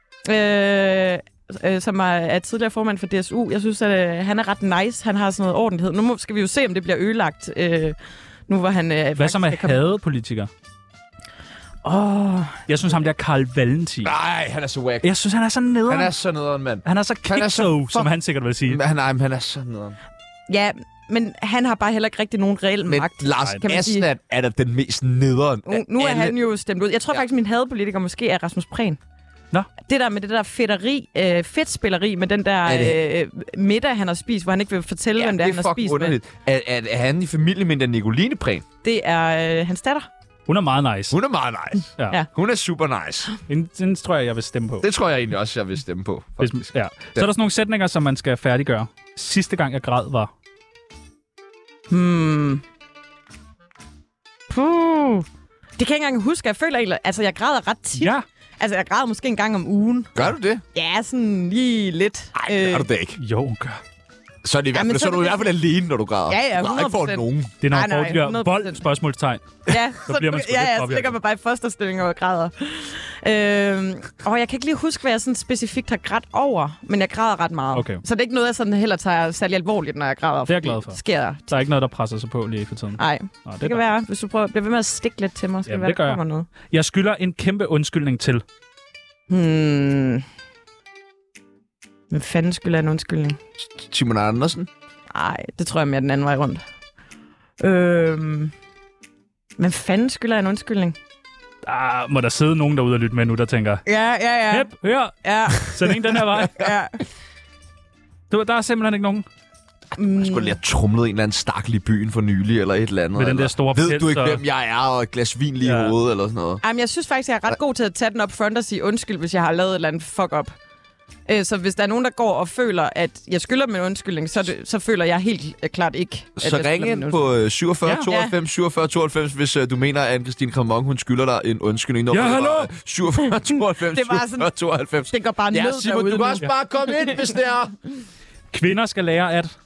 Øh, øh, som er, er tidligere formand for D S U. Jeg synes, at øh, han er ret nice. Han har sådan noget ordentlighed. Nu må, skal vi jo se, om det bliver ødelagt, øh, Nu var han... Øh, Hvad så med hadepolitiker? Åh, oh, jeg synes ham der Carl Valentin. Nej, han er så wack. Jeg synes, han er så nederen. Han er så nederen, mand. Han er så Han er så kikso, fuck- som han sikkert vil sige. Han, nej, men han er så nederen. Ja, men han har bare heller ikke rigtig nogen reel Men magt. Lars kan man sige. Aslan er da den mest nederen Nu, af nu er alle. han jo stemt ud. Jeg tror Ja. faktisk, min hadepolitiker måske er Rasmus Prehn. Nå. Det der med det der fedteri, øh, fedtspilleri med den der Er øh, middag, han har spist, hvor han ikke vil fortælle, Ja, hvem det er, det han er har fucking spist med. underligt. Er, er, er han i familie med den Nicoline Prehn? Det er øh, hans datter. Hun er meget nice. Hun er meget nice. Ja. Ja. Hun er super nice. Den, den tror jeg, jeg vil stemme på. Det tror jeg egentlig også, jeg vil stemme på. Hvis, ja. Så er der sådan nogle sætninger, som man skal færdiggøre. Sidste gang, jeg græd, var... Hmm. Puh. Det kan jeg ikke engang huske. Jeg føler egentlig, altså jeg græder ret tit. Ja. Altså jeg græder måske en gang om ugen. Gør du det? Ja, sådan lige lidt. Nej, det gør du det ikke. Jo, hun gør. Så er, det i hvert Jamen, fald, så så er er du i det- hvert fald alene, når du græder. Ja, ja, Du græder ikke for hundrede procent. nogen. Det er, når Nej, man får nej, de der hundrede procent. vold, spørgsmålstegn. Ja, så, bliver man sgu ja, lidt ja, så påvirket. ligger man bare i fosterstilling og græder. Øhm, og jeg kan ikke lige huske, hvad jeg sådan specifikt har grædt over, men jeg græder ret meget. Okay. Så det er ikke noget, jeg sådan heller tager særlig alvorligt, når jeg græder. Det er jeg fordi glad for. Sker der. Der er ikke noget, der presser sig på lige for tiden. Nej, Nå, det, det, det kan være, hvis du prøver at blive ved med at stikke lidt til mig, så Jamen, kan det gør være, jeg. der kommer noget. Jeg skylder en kæmpe undskyldning til. Hmm. Hvad fanden skylder jeg en undskyldning? Timon Andersen. Nej, det tror jeg mere den anden vej rundt. Øhm. Hvad fanden skylder jeg en undskyldning? Ah, må der sidde nogen derude og lytte med nu, der tænker, Ja, ja, ja. Hep, hør, Ja, send en den her vej. ja. Du, der er simpelthen ikke nogen. Mm. Skulle lige have trumlet en eller anden stakkel i byen for nylig, eller et eller andet. Med den eller, der store Ved pels du ikke, og- hvem jeg er, og et glas vin lige Ja. i hovedet, eller sådan noget. Jamen, jeg synes faktisk, jeg er ret god til at tage den op front og sige undskyld, hvis jeg har lavet et eller andet fuck-up. Øh, Så hvis der er nogen, der går og føler, at jeg skylder min undskyldning, så, det, så føler jeg helt øh, klart ikke, at Så jeg ring skylder min ind på øh, syvogfyrre Ja. tooghalvfems syvogfyrre tooghalvfems, hvis øh, du mener, at Anne-Christine Kramon, hun skylder dig en undskyldning. Ja, hallo? syvogfyrre tooghalvfems Det var sådan- syvogfyrre tooghalvfems. Det går bare Ja, ned Simon, derude du kan nu. også bare komme ind, hvis det er. Kvinder skal lære at...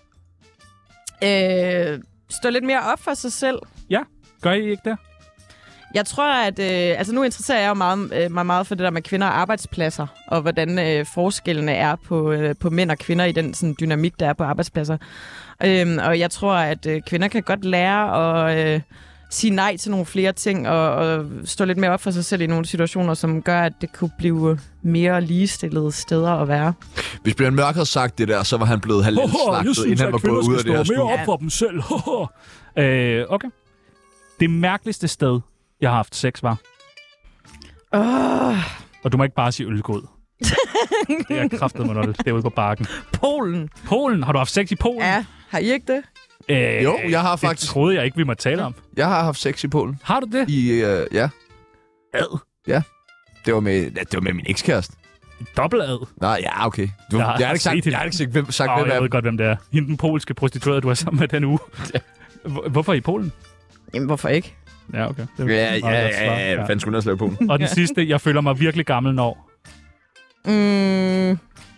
Øh, stå lidt mere op for sig selv. Ja, gør I ikke det? Jeg tror, at... Øh, altså nu interesserer jeg jo meget, øh, mig meget for det der med kvinder og arbejdspladser, og hvordan øh, forskellene er på, øh, på mænd og kvinder i den sådan, dynamik, der er på arbejdspladser. Øhm, og jeg tror, at øh, kvinder kan godt lære at øh, sige nej til nogle flere ting, og, og stå lidt mere op for sig selv i nogle situationer, som gør, at det kunne blive mere ligestillede steder at være. Hvis Bjørn Mørk havde sagt det der, så var han blevet halvt slagtet, inden han var gået ud af det her studie. op for dem selv. øh, okay. Det mærkeligste sted, jeg har haft sex, var... Åh, Og du må ikke bare sige ølgod. Det er kraftet mig, når det er ude på bakken. Polen. Polen. Har du haft sex i Polen? Ja, har I ikke det? Øh, Jo, jeg har det faktisk. troede jeg ikke, vi måtte tale om. Jeg har haft sex i Polen. Har du det? I, øh, ja. Ad. Ja. Det var med, ja, det var med min ekskæreste. Dobbeltad. Nej, ja, okay. Du, Jeg jeg, har jeg har ikke set sagt, hende. jeg har ikke sagt, hvem, sagt, Åh, hvem jeg af ved dem. godt, hvem det er. Hende den polske prostituerede, du er sammen med den uge. Hvor- Hvorfor i Polen? Jamen, hvorfor ikke? Ja, okay. Det er Ja, meget ja, godt svar. ja, ja. Hvad fanden skulle jeg slå i Polen? Og den sidste, jeg føler mig virkelig gammel når. Mm.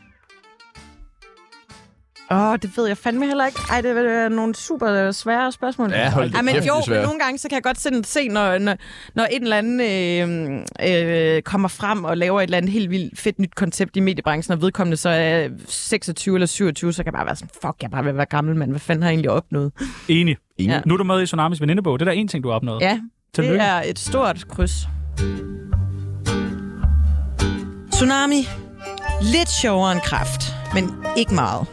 Åh, oh, det ved jeg fandme heller ikke. Ej, det er nogle super svære spørgsmål. Ja, hold da Ej, men kæft, jo, det er svært. men nogle gange, så kan jeg godt sådan se, når, når, når en eller anden øh, øh, kommer frem og laver et eller andet helt vildt fedt nyt koncept i mediebranchen, og vedkommende så er seksogtyve eller syvogtyve, så kan jeg bare være sådan, fuck, jeg er bare ved at være gammel, mand. Hvad fanden har jeg egentlig opnået? Enig. Enig. Ja. Nu er du med i Tsunamis venindebog. Det er der en ting, du har opnået. Ja, Tillykke. det er et stort kryds. Tsunami. Lidt sjovere end kræft, men ikke meget.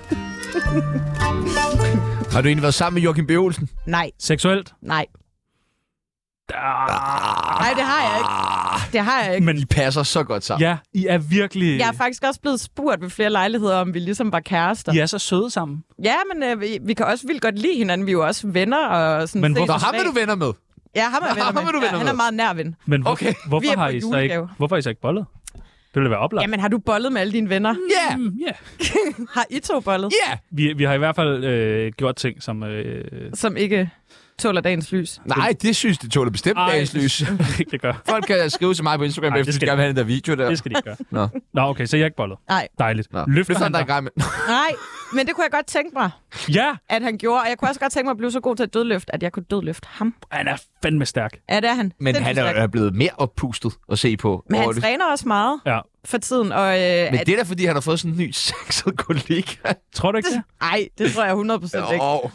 Har du egentlig været sammen med Joachim B. Olsen? Nej, Seksuelt? nej. Ah, Nej, det har jeg ikke. Det har jeg ikke. men I passer så godt sammen. ja, I er virkelig... Jeg er faktisk også blevet spurgt ved flere lejligheder, om vi ligesom var kærester. I er så søde sammen. Ja, men øh, vi, vi kan også vildt godt lide hinanden. Vi er jo også venner. Og sådan Men ses hvorfor- Nå, hos ham er dag. du venner med. Ja, ham er jeg venner Ham med. er du venner ja, han er med. meget nær ven. Men hvor, Okay. hvorfor, Vi er har på I så ikke, julegave. hvorfor har I så ikke bollet? Det ville være oplagt. Jamen, har du bollet med alle dine venner? Ja, Mm, ja. Har I to bollet? ja. Vi, vi har i hvert fald øh, gjort ting, som... Øh, Som ikke tåler dagens lys. Nej, det synes det tåler bestemt Ej, dagens lys. det, det gør. Folk kan skrive til mig på Instagram, Ej, efter det de skal gerne vil have den der video der. Det skal de ikke gøre. Nå. Nå, okay, så jeg er ikke bollet. Nej, Dejligt. Nå. Løfter han han dig i dig? gang med? nej. Men det kunne jeg godt tænke mig, Ja, at han gjorde. Og jeg kunne også godt tænke mig at blive så god til at dødløfte, at jeg kunne dødløfte ham. han er fandme stærk. Ja, det er han. Men Sindssygt han er stærk. jo blevet mere oppustet at se på. Men over han det. træner også meget Ja. for tiden. Og, øh, Men at, det er da, fordi han har fået sådan en ny sexet kollega. Tror du ikke det? ej, det tror jeg hundrede procent ikke. Jo.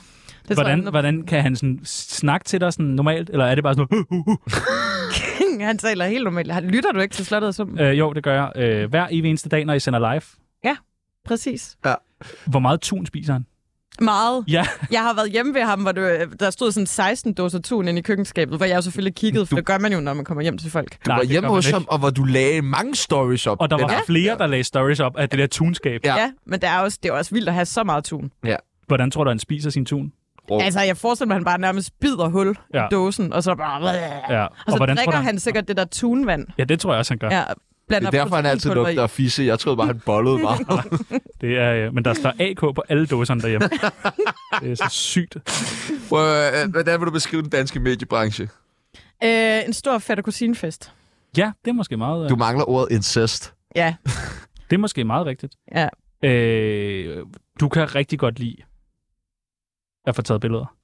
Det hvordan, jeg, hvordan kan han sådan snakke til dig sådan normalt, eller er det bare sådan uh, uh, uh. Han taler helt normalt. Lytter du ikke til Slottet og Sumpen? Øh, jo, det gør jeg. Øh, hver evig eneste dag, når I sender live. Ja, præcis. Ja. Hvor meget tun spiser han? Meget. Ja. Jeg har været hjemme ved ham, hvor det, der stod sådan seksten dåser tun inde i køkkenskabet, hvor jeg jo selvfølgelig kiggede, for det gør man jo, når man kommer hjem til folk. Du Nej, var det hjemme gør hos man ham, ikke. og hvor du lagde mange stories op. Og der var Ja. flere, der lagde stories op af det der tunskab. Ja. Ja, ja men det er, også, det er også vildt at have så meget tun. Hvordan tror du, han spiser sin tun? Oh. Altså, jeg forestiller mig, at han bare nærmest bider hul Ja. i dåsen, og så bare... Ja. Og så hvordan drikker tror du, han sikkert det der tunvand. Ja, det tror jeg også, han gør. Ja, Det er derfor, han altid proteinpulver i. lugter af fisse. Jeg troede bare, han bollede bare. Det er, øh, men der står A K på alle dåserne derhjemme. Det er så sygt. Hvordan vil du beskrive den danske mediebranche? Øh, en stor fætter kusinefest. Ja, det er måske meget, øh, Du mangler ordet incest. Ja, det er måske meget rigtigt. ja. Øh, du kan rigtig godt lide at få taget billeder.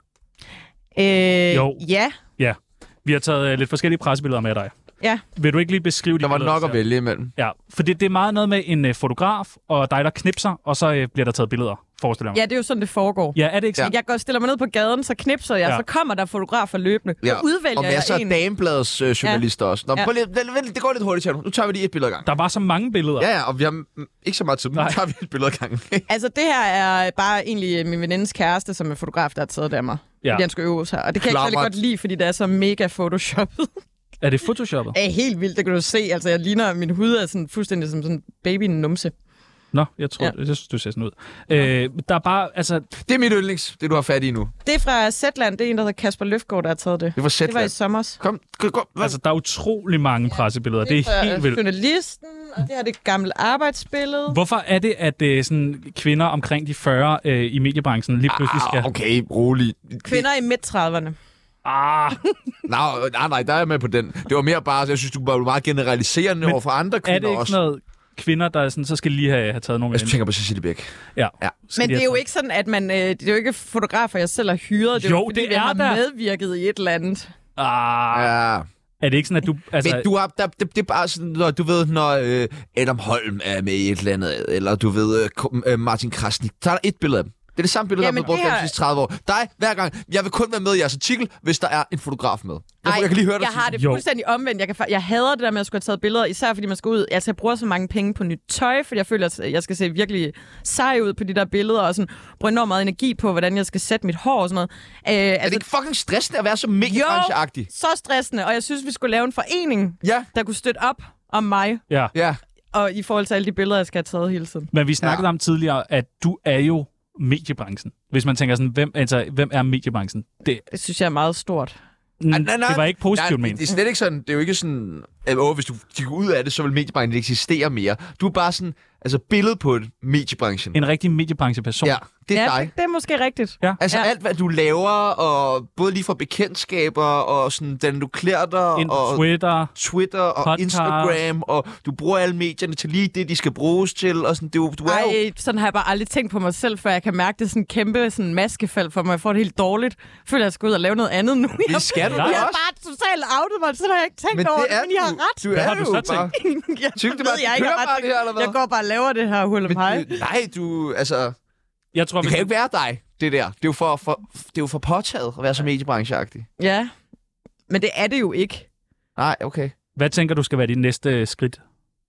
Øh, Jo. Ja, Vi har taget øh, lidt forskellige pressebilleder med dig. ja. Vil du ikke lige beskrive de Der var billeder, nok du at ser? vælge imellem. Ja, for det, det er meget noget med en øh, fotograf og dig, der knipser, og så øh, bliver der taget billeder, forestiller jeg mig. Ja, det er jo sådan, det foregår. Ja, er det ikke sådan? Jeg går og stiller mig ned på gaden, så knipser jeg, Ja. ja. så kommer der fotografer løbende. Ja. Så udvælger og masser jeg af en. Damebladets øh, journalister ja. også. Nå, Ja. prøv lige, vent, vent, det går lidt hurtigt, Tjerno. Nu tager vi lige et billede ad gangen. Der var så mange billeder. Ja, ja, og vi har mm, ikke så meget tid, men nu Nej. tager vi et billede ad gangen. Altså, det her er bare egentlig min venindes kæreste, som er fotograf, der har taget det af mig. Ja. Fordi han skulle øve sig. Og det kan jeg ikke særlig Klammert. godt lide, fordi det er så mega photoshoppet. Er det photoshoppet? Det er helt vildt, det kan du se. Altså, jeg ligner, min hud er sådan fuldstændig som sådan en baby-numse. Nå, jeg tror, Ja. ja. jeg synes, du ser sådan ud. Øh, der er bare, altså, Det er mit yndlings, det du har fat i nu. Det er fra Zetland. Det er en, der hedder Kasper Løfgaard, der har taget det. Det var Det var i Zetland. sommers. Kom, kom, kom. altså, der er utrolig mange pressebilleder. Det er fra helt vildt. Journalisten, og det her det gamle arbejdsbillede. Hvorfor er det, at øh, sådan, kvinder omkring de fyrre øh, i mediebranchen lige pludselig skal... Ah, okay, rolig. Kvinder i midt-trediverne. Ah, Nej, nej, nej, der er jeg med på den. Det var mere bare, jeg synes, du var meget generaliserende Men over for andre er kvinder det ikke også. sådan noget kvinder, der sådan, så skal lige have, have taget nogle Jeg med? tænker på Cecilie Bæk. Ja. Ja. Skal Men de det er have jo taget- ikke sådan, at man... Øh, det er jo ikke fotografer, jeg selv har hyret. Det er Jo, jo, fordi det vi er har der. medvirket i et eller andet. Ah, Ja. er det ikke sådan, at du... Altså, Men du har, der, det, det er bare sådan, når, du ved, når øh, Adam Holm er med i et eller andet, eller du ved, øh, K- øh, Martin Krasnik, så er der et billede af dem. Det er det samme billede, der er Jamen, blevet brugt det gennem her- de sidste tredive år. Dig, hver gang. Jeg vil kun være med i jeres artikel, hvis der er en fotograf med. Jeg, Ej, jeg kan lige høre dig jeg har det Jo. fuldstændig omvendt. Jeg, kan, fa- jeg hader det der med at skulle have taget billeder, især fordi man skal ud. Altså, jeg bruger så mange penge på nyt tøj, fordi jeg føler, at jeg skal se virkelig sej ud på de der billeder, og sådan bruge enormt meget energi på, hvordan jeg skal sætte mit hår og sådan noget. Øh, Er altså, det ikke fucking stressende at være så mediebrancheagtig? så stressende, og jeg synes, vi skulle lave en forening, Ja. der kunne støtte op om mig, ja. Ja. og i forhold til alle de billeder, jeg skal have taget hele tiden. Men vi snakkede Ja. om tidligere, at du er jo mediebranchen. Hvis man tænker sådan, hvem, altså, hvem er mediebranchen? Det, Det synes jeg er meget stort. Nej, nej, nej. det var ikke positivt Nej, ment. det er slet ikke sådan, det er jo ikke sådan, at åh, hvis du kigger ud af det, så vil mediebranchen ikke eksistere mere. Du er bare sådan, altså billedet på et mediebranchen. En rigtig mediebrancheperson. Ja, det er Ja, dig. det, det er måske rigtigt. Ja. Altså Ja. alt, hvad du laver, og både lige fra bekendtskaber, og sådan, den du klæder dig, Ind på og Twitter. Twitter, og podcast. Instagram, og du bruger alle medierne til lige det, de skal bruges til, og sådan, du, du er jo... Ej, sådan har jeg bare aldrig tænkt på mig selv, før jeg kan mærke, det er sådan en kæmpe sådan maskefald for mig. Jeg får det helt dårligt. Jeg føler, at jeg skal ud og lave noget andet nu. Det skal du Nej. da Jeg har også. bare totalt outet mig, så har jeg ikke tænkt Men over det det, er men I har du. ret. Du Hvad er har du jo så bare... tænkt? jeg Synes du ved bare, jeg du ikke. Jeg, kører har bare bare det her, eller hvad? jeg går bare og laver det her hul om hej. Men, det- nej, du... Altså... Jeg tror, Det hvis kan jo ikke være dig, det der. Det er jo for, for, det er jo for påtaget at være så mediebrancheagtig. Ja, men det er det jo ikke. Nej, okay. Hvad tænker du skal være dit næste skridt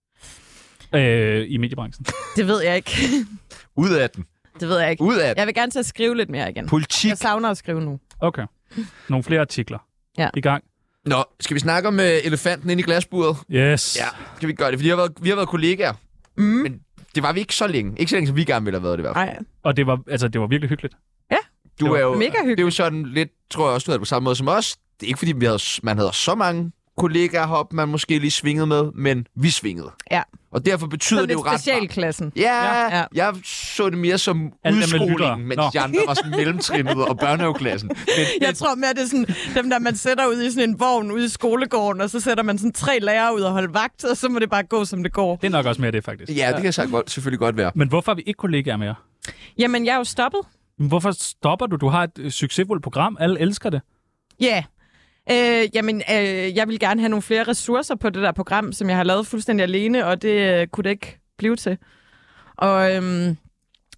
øh, i mediebranchen? Det ved jeg ikke. Ud af den. Det ved jeg ikke. Ud af den. Jeg vil gerne til at skrive lidt mere igen. Politik. Jeg savner at skrive nu. Okay. Nogle flere artikler. Ja. I gang. Nå, skal vi snakke om uh, elefanten inde i glasburet? Yes. Ja, skal vi gøre det? Fordi vi har været, vi har været kollegaer. Mm. Men det var vi ikke så længe. Ikke så længe, som vi gerne ville have været det i hvert fald. Nej. Og det var, altså, det var virkelig hyggeligt. Du det var er jo, mega hyggeligt. Det er jo sådan lidt, tror jeg også, du havde det på samme måde som os. Det er ikke, fordi vi havde, man havde så mange kollegaer heroppe, man måske lige svingede med, men vi svingede. Ja. Og derfor betyder Sådan det jo lidt ret meget. specialklassen. Ja, Ja. ja, jeg så det mere som Alle dem med lyttere. udskolingen, mens Nå. de andre var sådan mellemtrinnet og børnehaveklassen. Men Jeg det, tror mere, det er sådan, dem der man sætter ud i sådan en vogn ude i skolegården, og så sætter man sådan tre lærere ud og holde vagt, og så må det bare gå, som det går. Det er nok også mere det, faktisk. ja, det kan så godt, selvfølgelig godt være. Men hvorfor er vi ikke kollegaer mere? Jamen, jeg er jo stoppet. Men hvorfor stopper du? Du har et øh, succesfuldt program. Alle elsker det. Ja. Yeah. Øh, jamen, øh, jeg vil gerne have nogle flere ressourcer på det der program, som jeg har lavet fuldstændig alene, og det øh, kunne det ikke blive til. Og øhm,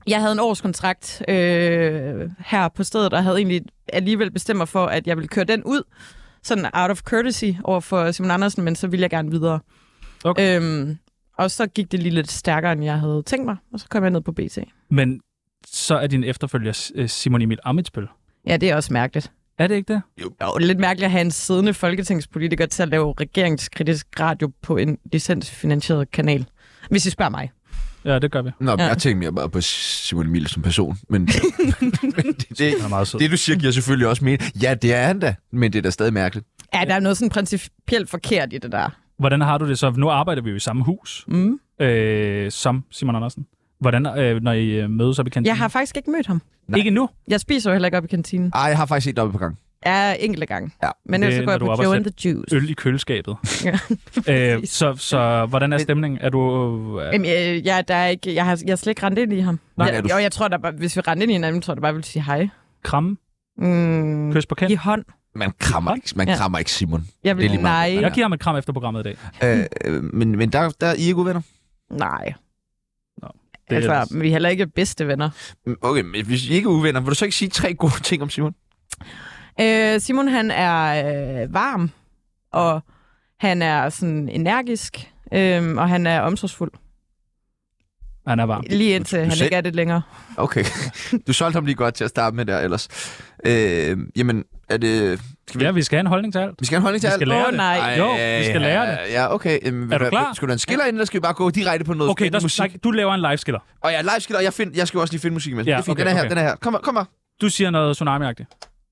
Jeg havde en årskontrakt øh, her på stedet, og havde egentlig alligevel bestemt mig for, at jeg ville køre den ud, sådan out of courtesy over for Simon Andersen, men så ville jeg gerne videre. Okay. Øhm, og så gik det lige lidt stærkere, end jeg havde tænkt mig, og så kom jeg ned på B T. Men så er din efterfølger Simon Emil Ammitzbøll. Ja, det er også mærkeligt. Er det ikke det? Jo, lidt mærkeligt at have en siddende folketingspolitiker til at lave regeringskritisk radio på en licensfinansieret kanal, hvis I spørger mig. Ja, det gør vi. Nå, Ja. jeg tænker mere bare på Simon Emil som person, men, men det, det, Han er meget sød. det, du siger, giver selvfølgelig også mening. Ja, det er han da, men det er da stadig mærkeligt. Ja, der er noget sådan principielt forkert i det der. Hvordan har du det så? Nu arbejder vi jo i samme hus Mm. øh, som Simon Andersen. Hvordan, øh, når I øh, mødes op i kantinen? Jeg har faktisk ikke mødt ham. Nej. Ikke nu? Jeg spiser jo heller ikke op i kantinen. Ej, jeg har faktisk set det oppe på gang. Ja, enkelte gange. Ja. Men Det ellers så går når jeg du på op og Joe sætter and the Juice. Øl i køleskabet. Ja. øh, så, så hvordan er stemningen? Er du... Øh, Jamen, jeg, jeg, der er ikke, jeg, har, jeg har slet ikke rendt ind i ham. Nej, jeg, er du- jo, jeg tror, der bare, hvis vi rendte ind i hinanden, tror jeg, der bare ville sige hej. kramme? Mm, Kys på kind? I hånd. Man krammer, ikke, man Ja. krammer ikke Simon. Jeg Det er vil, lige meget. nej, Jeg giver ham et kram efter programmet i dag. Øh, øh, men, men der, der er I ikke uvenner? nej. Det er Altså, vi er heller ikke bedste venner. Okay, men hvis I ikke er uvenner, vil du så ikke sige tre gode ting om Simon? Øh, Simon, han er øh, varm, og han er sådan energisk, øh, og han er omsorgsfuld. Han er varm. Lige indtil Du han selv- ikke er det længere. Okay, du solgte ham lige godt til at starte med der ellers. Øh, jamen, er det... Skal vi, Ja, vi skal have en holdning til alt. vi skal have en holdning til Vi alt? skal lære Åh, det. nej. Jo, vi skal lære det. Ja, okay. Jamen, Er du hvad- klar? Skal du have en skiller ind, eller skal vi bare gå direkte på noget Okay, spændende der, musik? der, du laver en live-skiller. Og jeg er live skiller, og jeg, find, jeg skal jo også lige finde musik med. Ja, det er fint, okay, den er her, okay. den er her. Kom, her, kom her. Du siger noget tsunami-agtigt.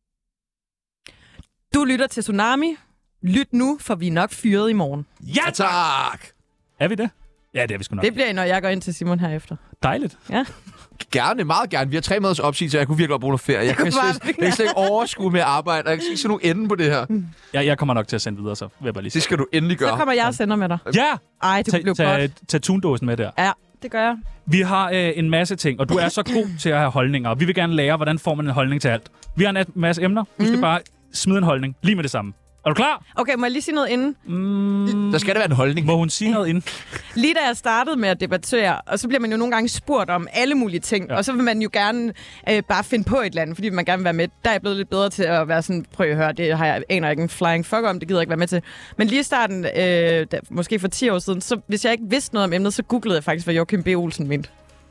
Du lytter til Tsunami. Lyt nu, for vi er nok fyret i morgen. Ja, tak! Er vi det? Ja, det er vi sgu nok. Det bliver I, når jeg går ind til Simon herefter. Dejligt. Gerne, meget gerne. Vi har tre måneders opsigelse, så jeg kunne virkelig godt bruge noget ferie. Jeg kan kunne bare- slet, jeg kan slet ikke overskue med at arbejde, og jeg kan ikke se nogen ende på det her. Jeg, jeg kommer nok til at sende videre, så vil jeg bare lige Det sige. skal du endelig gøre. Så kommer jeg og sender med dig. Ja! Ej, det Tag, bliver tag, godt. tag tundåsen med der. Ja, det gør jeg. Vi har øh, en masse ting, og du er så god til at have holdninger. Og vi vil gerne lære, hvordan får man en holdning til alt. Vi har en masse emner. Du skal Mhm. bare smide en holdning lige med det samme. Er du klar? Okay, må jeg lige sige noget inden? Mm, Der skal der være en holdning. må hun sige noget inden? Lige da jeg startede med at debattere, og så bliver man jo nogle gange spurgt om alle mulige ting, Ja. ja. og så vil man jo gerne øh, bare finde på et eller andet, fordi man gerne vil være med. Der er jeg blevet lidt bedre til at være sådan, prøv at høre, det har jeg aner ikke en flying fuck om, det gider jeg ikke være med til. Men lige i starten, øh, da, måske for ti år siden, så hvis jeg ikke vidste noget om emnet, så googlede jeg faktisk, hvad Joachim B. Olsen mente.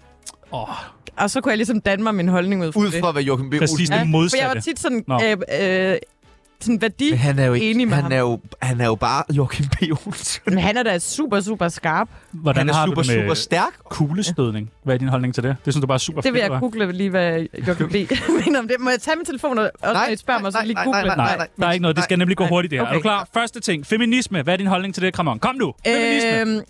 Åh, Og så kunne jeg ligesom danne mig min holdning ud fra Ud det. fra, hvad Joachim B. præcis Olsen... det For jeg modsatte. var tit sådan, Nå. øh, øh, sådan værdi. Men han er jo ikke... Enig med han, ham. er jo, han er jo bare Joachim B. Olsen. Men han er da super, super skarp. Hvordan Han er har super, du det med super stærk. kuglestødning? Hvad er din holdning til det? Det synes du bare er super Det vil fedt, jeg hva'? google lige, hvad Joachim B. mener om det. Må jeg tage min telefon, og også når I spørger mig, så nej, lige nej, google? nej, Nej, nej, der er ikke noget. Det skal nemlig gå nej. hurtigt, det her. Er du Okay. klar? Første ting. Feminisme. Hvad er din holdning til det, Kramon? Kom nu. Feminisme. Øhm,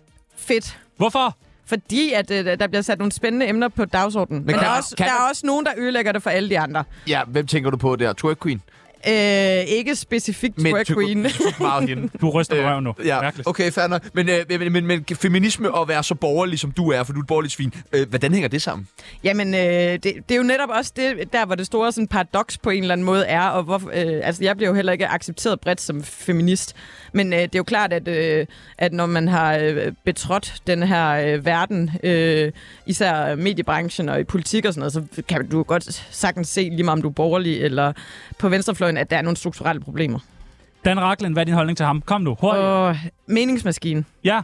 fedt. Hvorfor? Fordi at, øh, der bliver sat nogle spændende emner på dagsordenen. Men, Men kan der, er man- også, kan der man- er også nogen, der ødelægger det for alle de andre. Ja, hvem tænker du på der? Twerk Queen? Øh, ikke specifikt Men twerk tyk- queen. Meget hende. Du ryster på Øh, røven nu. Ja, Mærkeligt. okay, fair nok. Men, øh, men, men, men feminisme og være så borgerlig, som du er, for du er et borgerligt svin, øh, hvordan hænger det sammen? Jamen, øh, det, det er jo netop også det, der, hvor det store sådan, paradoks på en eller anden måde er. Og hvor, øh, altså, jeg bliver jo heller ikke accepteret bredt som feminist. Men øh, det er jo klart, at, øh, at når man har øh, betrådt den her øh, verden, øh, især mediebranchen og i politik og sådan noget, så kan du godt sagtens se, lige meget om du er borgerlig eller på venstrefløjen, at der er nogle strukturelle problemer. Dan Rachlin, hvad er din holdning til ham? Kom nu, hurtigt. Og meningsmaskine. Ja.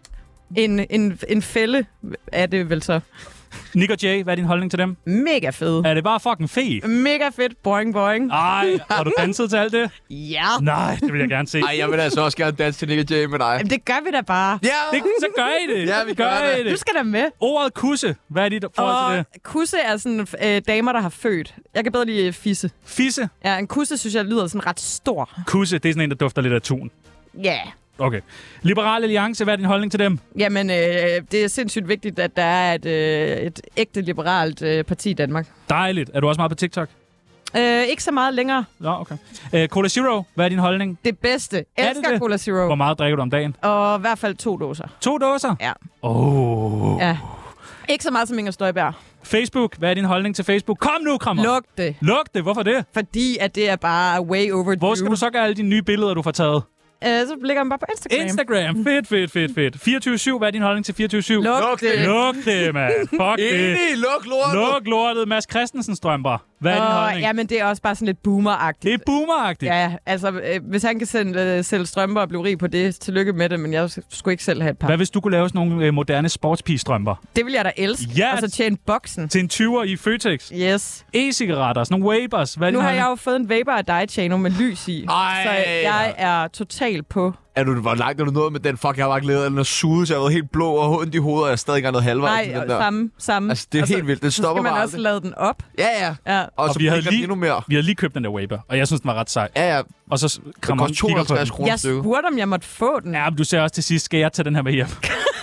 En, en, en fælde er det vel så. Nick og Jay, hvad er din holdning til dem? Mega fed. Er det bare fucking fedt? Mega fedt. Boing, boing. Ej, har du danset til alt det? Ja. Nej, det vil jeg gerne se. Ej, jeg vil altså også gerne danse til Nick og Jay med dig. Jamen, det gør vi da bare. Ja! Det, så gør I det. Ja, vi gør det. I Du skal da med. Ordet kusse, hvad er dit forhold til Og det? kusse er sådan øh, damer, der har født. Jeg kan bedre lide fisse. Fisse. Ja, en kusse, synes jeg, lyder sådan ret stor. Kusse, det er sådan en, der dufter lidt af tun. Ja. Yeah. Okay. Liberal Alliance, hvad er din holdning til dem? Jamen, øh, det er sindssygt vigtigt, at der er et, øh, et ægte liberalt øh, parti i Danmark. Dejligt. Er du også meget på TikTok? Øh, ikke så meget længere. Nå, okay. Øh, Cola Zero, hvad er din holdning? Det bedste. det Elsker det? Cola Zero. Hvor meget drikker du om dagen? Og i hvert fald to dåser. To dåser? Ja. Oh. Ja. Ikke så meget som Inger Støjberg. Facebook, hvad er din holdning til Facebook? Kom nu, Krammer. Luk det. Luk det. Hvorfor det? Fordi at det er bare way overdue. Hvor skal du så gøre alle de nye billeder, du får taget? øh, så ligger man bare på Instagram. Instagram. Fedt, fedt, fedt, fedt. fireogtyve syv, hvad er din holdning til fireogtyve syv? Luk det. Luk det, mand. Fuck det. Enig, luk lortet. Luk lortet. Mads Christensen strømper. Hvad er din Åh, holdning? ja, men det er også bare sådan lidt boomer-agtigt. Det er boomeragtigt. Ja, altså, øh, hvis han kan sælge, øh, sælge strømper og blive rig på det, tillykke med det, men jeg skulle ikke selv have et par. Hvad hvis du kunne lave sådan nogle øh, moderne sportspigestrømper? Det vil jeg da elske. Ja. Og så tjene boksen. Til en tyver i Føtex. Yes. E-cigaretter, sådan nogle Wabers. Hvad er Nu din har holdning? jeg jo fået en vapor af dig, Tjano, med lys i. Ej. Så jeg er totalt på. Er du, hvor langt er du nået med den? Fuck, jeg har bare glædet, den er suget, så jeg har været helt blå og ondt i hovedet, og jeg er stadig ikke noget halvvejs. Nej, den der. samme, samme. Altså, det er helt vildt. Det stopper Så skal man bare også aldrig. lade den op. Ja, ja. Ja. Og, Og så vi havde bliver lige- den endnu mere. Vi havde lige købt den der Waber, og jeg synes, den var ret sej. Ja, ja. Og så Det kommer koster kigger på den. tooghalvtreds kroner Jeg stykket. spurgte, om jeg måtte få den. Ja, men du sagde også til sidst, skal jeg tage den her med hjem?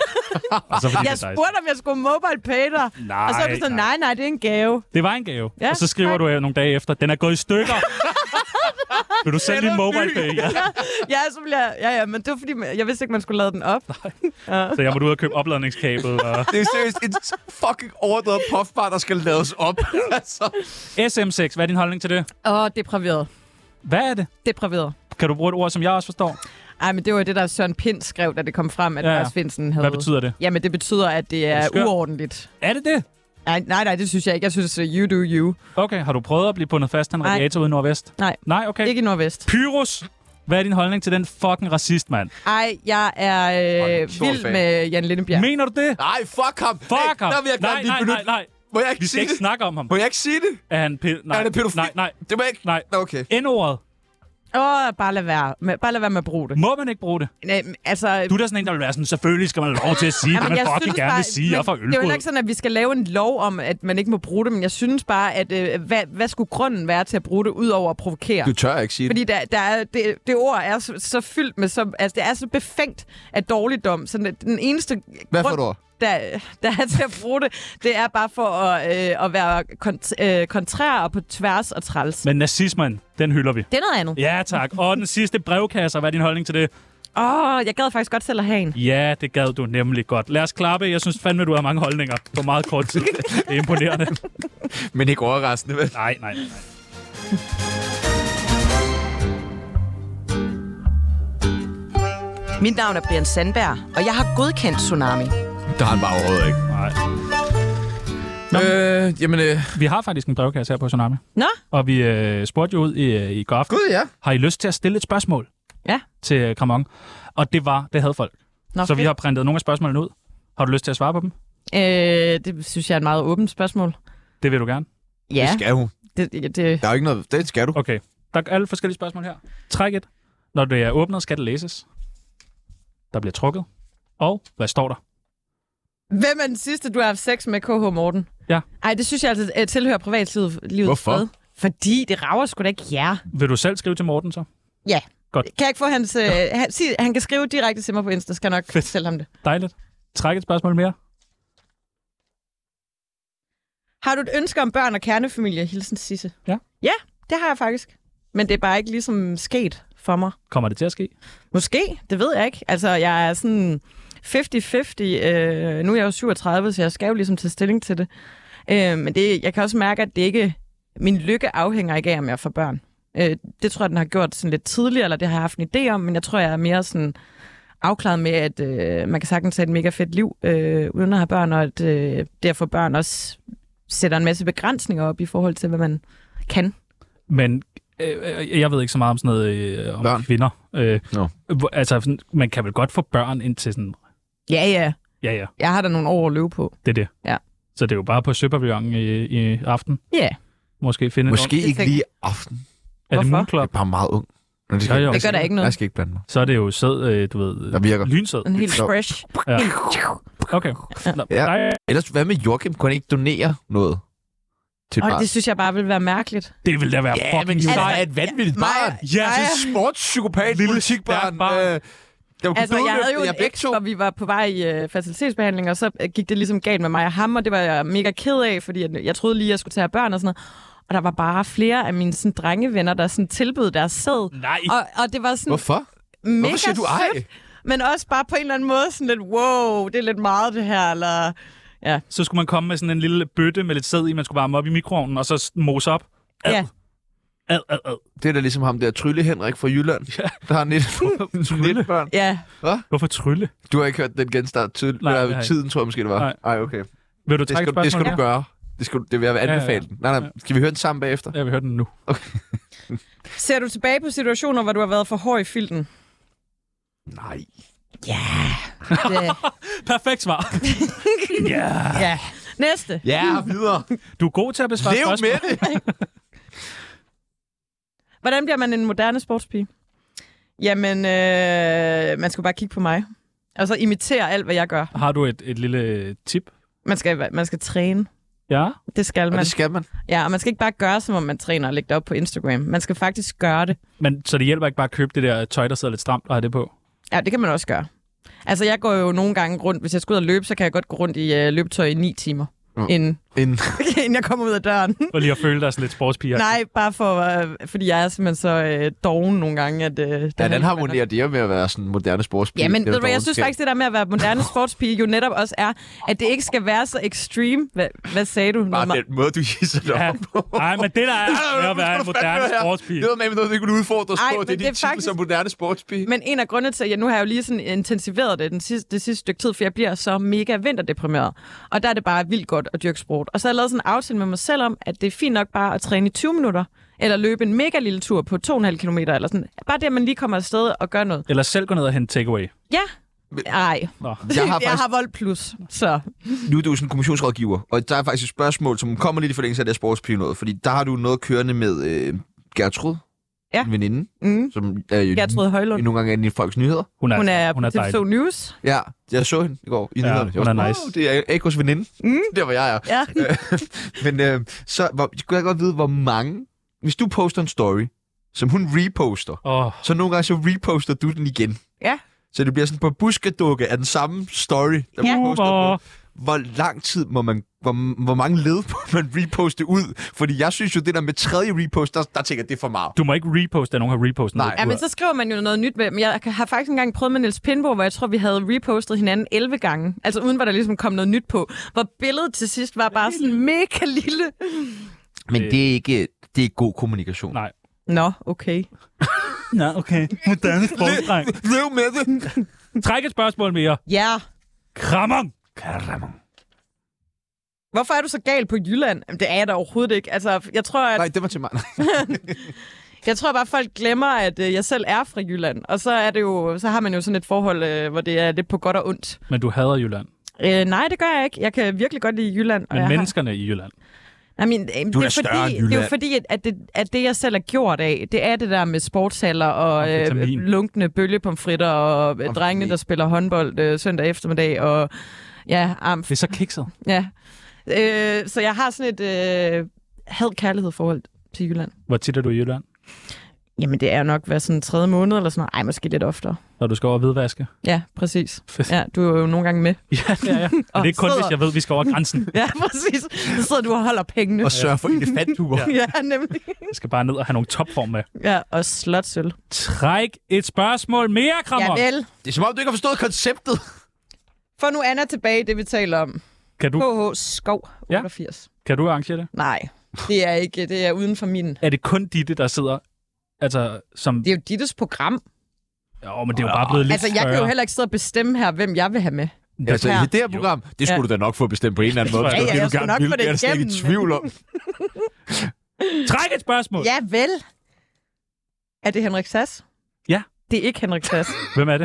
Og så fordi Jeg det er dig. spurgte, om jeg skulle mobile pay dig. Nej, Og så er du sådan, nej, nej, det er en gave. Det var en gave. Ja, og så skriver tak. du øh, nogle dage efter, den er gået i stykker. Vil du sælge din mobile pay? Ja. Ja, så bliver jeg, ja, ja, men det var fordi, jeg vidste ikke, man skulle lade den op. Ja. Så jeg måtte ud og købe opladningskabel. Og... Det er seriøst en fucking overdrevet puffbar, der skal lades op. altså. S M seks, hvad er din holdning til det? Åh, depraveret. Hvad er det? Depraveret. Kan du bruge et ord, som jeg også forstår? Ej, men det var jo det, der Søren Pind skrev, da det kom frem, at Ja, ja. Lars Findsen havde... Hvad betyder det? Jamen, det betyder, at det Er er du skør? uordentligt. Er det det? Nej, nej, nej, det synes jeg ikke. Jeg synes, uh, you do you. Okay, har du prøvet at blive bundet fast af en Nej. radiator ude i Nordvest? Nej. Nej, okay. Ikke i Nordvest. Pyrus, hvad er din holdning til den fucking racist, mand? Ej, jeg er Hold øh, stor vild fan. med Jan Lindebjerg. Mener du det? Nej, fuck ham. Fuck hey, ham! Der vil jeg Nej, gerne lige nej, nej, benytte. nej. Må jeg Vi ikke skal sige ikke det? snakke om ham. Må jeg ikke sige det? Er han pil... Nej. Er det pædofil? Nej, nej, Det må jeg ikke. nej. Nå, okay. N-ordet. Åh, oh, bare lad være. Med, bare lad være med at bruge det. Må man ikke bruge det? Nej, altså... Du er da sådan en, der vil være sådan, selvfølgelig skal man have lov til at sige, Jamen, hvad man jeg fucking synes gerne bare- vil sige, men og for Det er jo ølbrød. ikke sådan, at vi skal lave en lov om, at man ikke må bruge det, men jeg synes bare, at øh, hvad, hvad skulle grunden være til at bruge det, udover at provokere? Du tør ikke sige det. Fordi der, der er, det, det ord er så, så fyldt med, så, altså det er så befængt af dårligdom, så den, den eneste Hvad for grund, et ord? der, der er til at bruge det, det er bare for at, øh, at være kont- øh, kontrær og på tværs og træls. Men nazismen, den hylder vi. Det er noget andet. Ja, tak. Og den sidste brevkasse, hvad er din holdning til det? Åh, oh, jeg gad faktisk godt selv at have en. Ja, det gad du nemlig godt. Lad os klappe. Jeg synes fandme, du har mange holdninger på meget kort tid. Det er imponerende. Men ikke overraskende, vel? Nej, nej, nej. Mit navn er Brian Sandberg, og jeg har godkendt Tsunami. Der har han bare overhovedet ikke. nej. Øh, jamen, øh, Vi har faktisk en brevkasse her på Tsunami. Nå? Og vi øh, spurgte jo ud i, øh, i går aften. gud ja. Har I lyst til at stille et spørgsmål Ja. til øh, Kramon? Og det var, det havde folk. Nå, Så vi fedt. har printet nogle af spørgsmålene ud. Har du lyst til at svare på dem? Øh, det synes jeg er et meget åbent spørgsmål. Det vil du gerne. Ja, Det skal hun. det, det, Der er jo ikke noget... Det skal du. Okay. Der er alle forskellige spørgsmål her. Træk et. Når det er åbnet, skal det læses. Der bliver trukket. Og hvad står der? Hvem er den sidste, du har haft sex med, K H Morten? Ja. Ej, det synes jeg altså øh, tilhører privatlivet. Livet Hvorfor? fred. Fordi det rager sgu da ikke jer. Vil du selv skrive til Morten så? Ja. Godt. Kan jeg ikke få hans... Øh, han, sig, han kan skrive direkte til mig på Insta, skal jeg nok Fedt. fortælle ham det. Dejligt. Træk et spørgsmål mere. Har du et ønske om børn og kernefamilie? Hilsen Sisse. Ja. Ja, det har jeg faktisk. Men det er bare ikke ligesom sket for mig. Kommer det til at ske? Måske, det ved jeg ikke. Altså, jeg er sådan halvtreds halvtreds. Øh, nu er jeg jo syvogtredive, så jeg skal jo ligesom tage stilling til det. Øh, men det, jeg kan også mærke, at det ikke... Min lykke afhænger ikke af, om jeg får børn. Øh, det tror jeg, den har gjort sådan lidt tidligere, eller det har jeg haft en idé om, men jeg tror, jeg er mere sådan afklaret med, at øh, man kan sagtens have et mega fedt liv, øh, uden at have børn, og at øh, det at få børn også sætter en masse begrænsninger op i forhold til, hvad man kan. Men øh, jeg ved ikke så meget om sådan noget øh, om Børn. kvinder. Øh, Nå. hvor- Altså, sådan, man kan vel godt få børn indtil sådan... Ja, ja. Ja, ja, Jeg har da nogle år at løbe på. det er det. Ja. Så det er jo bare på Søpavillonen i, i aften. Ja. Måske finde Måske Det ikke tænker- lige i aften. en... Er det Hvorfor? Jeg Moonklub? er bare meget ung. Men det, Ja, ja. Det gør der ikke noget. Jeg skal ikke blande mig. Så er det jo sød, øh, du ved... Der virker. Lynsød. En helt Så- fresh. Ja. Okay. Nå, Ja. nej, Ellers, hvad med Joachim? Kunne han ikke donere noget til Og barn? det synes jeg bare vil være mærkeligt. det vil da være Ja, fucking men sejt. Joachim er et vanvittigt barn. Ja, Maja. Det er sportspsykopat, Lille politikbarn. stærk barn. Øh, der var Altså, jeg havde jo jeg en begge eks, to. hvor vi var på vej i øh, facilitetsbehandling, og så øh, gik det ligesom galt med mig og ham, og det var jeg mega ked af, fordi jeg, jeg troede lige, at jeg skulle tage børn og sådan noget. Og der var bare flere af mine sådan, drengevenner, der sådan, tilbød deres sæd. Nej. Og, og det var sådan Hvorfor? mega Hvorfor siger du ej? sødt, men også bare på en eller anden måde sådan lidt, wow, det er lidt meget det her, eller... Ja, Så skulle man komme med sådan en lille bøtte med lidt sæd i, man skulle varme op i mikroovnen, og så mose op. Ad. ja. Ad, ad, ad. Det er da ligesom ham der Trylle Henrik fra Jylland. Ja. Der har nitten, nitten børn. Ja. Hvad? Hvorfor Trylle? Du har ikke hørt den genstart tid. Nej, Nej, det har tiden tror jeg måske, det var. Nej. Ej, okay. Vil du Det trække skal, et det skal spørgsmål? du gøre. Det, skal, det vil jeg anbefale Ja, ja. den. Nej, nej. Skal vi høre den sammen bagefter? Ja, vi hører den nu. Okay. Ser du tilbage på situationer, hvor du har været for hård i filten? Nej. Ja. Det. Perfekt svar. Ja. Ja. Næste. Ja, videre. Du er god til at besvare Lev spørgsmål. med det. Hvordan bliver man en moderne sportspige? Jamen, øh, man skal bare kigge på mig. Og så imitere alt, hvad jeg gør. Har du et, et lille tip? Man skal, man skal træne. Ja. Det skal Og man. det skal man. Ja, og man skal ikke bare gøre, som om man træner og lægge det op på Instagram. Man skal faktisk gøre det. Men så det hjælper ikke bare at købe det der tøj, der sidder lidt stramt og have det på? Ja, det kan man også gøre. Altså, jeg går jo nogle gange rundt. Hvis jeg skal ud og løbe, så kan jeg godt gå rundt i øh, løbetøj i ni timer. Mm. Inden, En... inden jeg kommer ud af døren. Og lige at føle dig sådan lidt sportspiger. Nej, bare for, øh, fordi jeg er simpelthen så øh, doven nogle gange, at... Øh, det Ja, den handler- harmonerer det jo med at være sådan moderne sportspige. Ja, men Det er ved du hvad, jeg dovenskab. synes faktisk, det der med at være moderne sportspige jo netop også er, at det ikke skal være så extreme. Hvad, hvad sagde du? Bare Noget den måde, du hisser dig Ja. op på. Nej, men det der er med at være en moderne Det sportspige. er med noget, du ikke kunne udfordre os Ej, på. men Det er det er din titel faktisk- som moderne sportspige. Men en af grundene til, at jeg nu har jeg jo lige sådan intensiveret det den sidste, det sidste stykke tid, for jeg bliver så mega vinterdeprimeret. Og der er det bare vildt godt at dyrke sport. Og så har jeg lavet sådan en aftale med mig selv om, at det er fint nok bare at træne i tyve minutter, eller løbe en mega lille tur på to komma fem kilometer, eller sådan. Bare det, at man lige kommer afsted og gør noget. Eller selv gå ned og hente takeaway. Ja. Ej. Nå. Jeg har Jeg faktisk, har Volt Plus, så... nu er du sådan en kommissionsrådgiver, og der er faktisk et spørgsmål, som kommer lidt i forlængelse af det sportspige noget, fordi der har du noget kørende med øh, Gertrud, Ja. en veninde, Mm. som er jo Gertrud Højlund. nogle gange er i folks nyheder. Hun er, Hun er hun er på T V to dejlig. News. Ja, jeg så hende i går i Ja, nyhederne. Jeg hun er var sådan, nice. "Wow, det er Ekos veninde. Mm. Der hvor jeg er. Ja. Men øh, så hvor, skulle jeg godt vide, hvor mange... Hvis du poster en story, som hun reposter, Åh, så nogle gange så reposter du den igen. Ja. Så det bliver sådan på buskedukke af den samme story, der Ja. bliver postet hvor... på. Hvor lang tid må man... Hvor, hvor mange led må man reposte ud? Fordi jeg synes jo, det der med tredje repost, der, der tænker jeg, det er for meget. Du må ikke reposte, at nogen har repostet Nej. noget. Ja, men så skriver man jo noget nyt med. Men jeg har faktisk engang prøvet med Niels Pindborg, hvor jeg tror, vi havde repostet hinanden elleve gange. Altså uden, hvor der ligesom kom noget nyt på. Hvor billedet til sidst var bare sådan mega lille. Men det er ikke, det er ikke god kommunikation. Nej. Nå, okay. Ja, okay. Moderne sportsdreng. Lev med det! Træk et spørgsmål mere. Ja. Kramon! Hvorfor er du så gal på Jylland? Jamen, det er jeg da overhovedet ikke. Altså, jeg tror, at, Nej, det var til mig. jeg tror bare, at folk glemmer, at øh, jeg selv er fra Jylland. Og så er det jo, så har man jo sådan et forhold, øh, hvor det er lidt på godt og ondt. Men du hader Jylland. Øh, nej, det gør jeg ikke. Jeg kan virkelig godt lide Jylland. og Men jeg har- menneskerne i Jylland. I mean, det, Du er er større fordi, end det er jo Jylland. fordi, at, at, det, at det, jeg selv er gjort af, det er det der med sportshaller og øh, Amfetamin. lunkne bølgepomfritter og øh, drengene, Amfetamin. der spiller håndbold øh, søndag eftermiddag og ja, amf. Det er så kikset. Ja. Øh, så jeg har sådan et øh, had-kærlighed forhold til Jylland. Hvor tit er du i Jylland? Jamen, det er jo nok været sådan en tredje måned eller sådan noget. Ej, måske lidt oftere. Når du skal over og hvidvaske? Ja, præcis. Fedt. Ja, du er jo nogle gange med. Ja, det er jeg. Men det er ikke kun, sidder- hvis jeg ved, at vi skal over grænsen. Ja, præcis. Så sidder du og holder pengene. Og sørge for elefanthuer. Ja. Ja, nemlig. Jeg skal bare ned og have nogle topform med. Ja, og slotsøl. Træk et spørgsmål mere, Krammer. Ja, vel. Det er som om, du ikke har forstået konceptet. Få nu Anna tilbage i det, vi taler om. Kan du, H H Skov Ja. otteogfirs. kan du arrangere det? Nej, det er ikke. Det er uden for min. Er det kun Ditte, der sidder... Altså, som... Det er jo Dittes program. Jo, men det er jo bare blevet lidt Altså, jeg kan jo større. heller ikke sidde og bestemme her, hvem jeg vil have med. Altså, her. i det her program, det skulle Ja. du da nok få bestemt på en eller anden måde. Ja, ja, Det er jeg du skal gerne nok vil. få det Det er jeg slet ikke i igennem. tvivl om. Træk et spørgsmål. Ja, vel. Er det Henrik Sass? Ja. Det er ikke Henrik Sass. Hvem er det?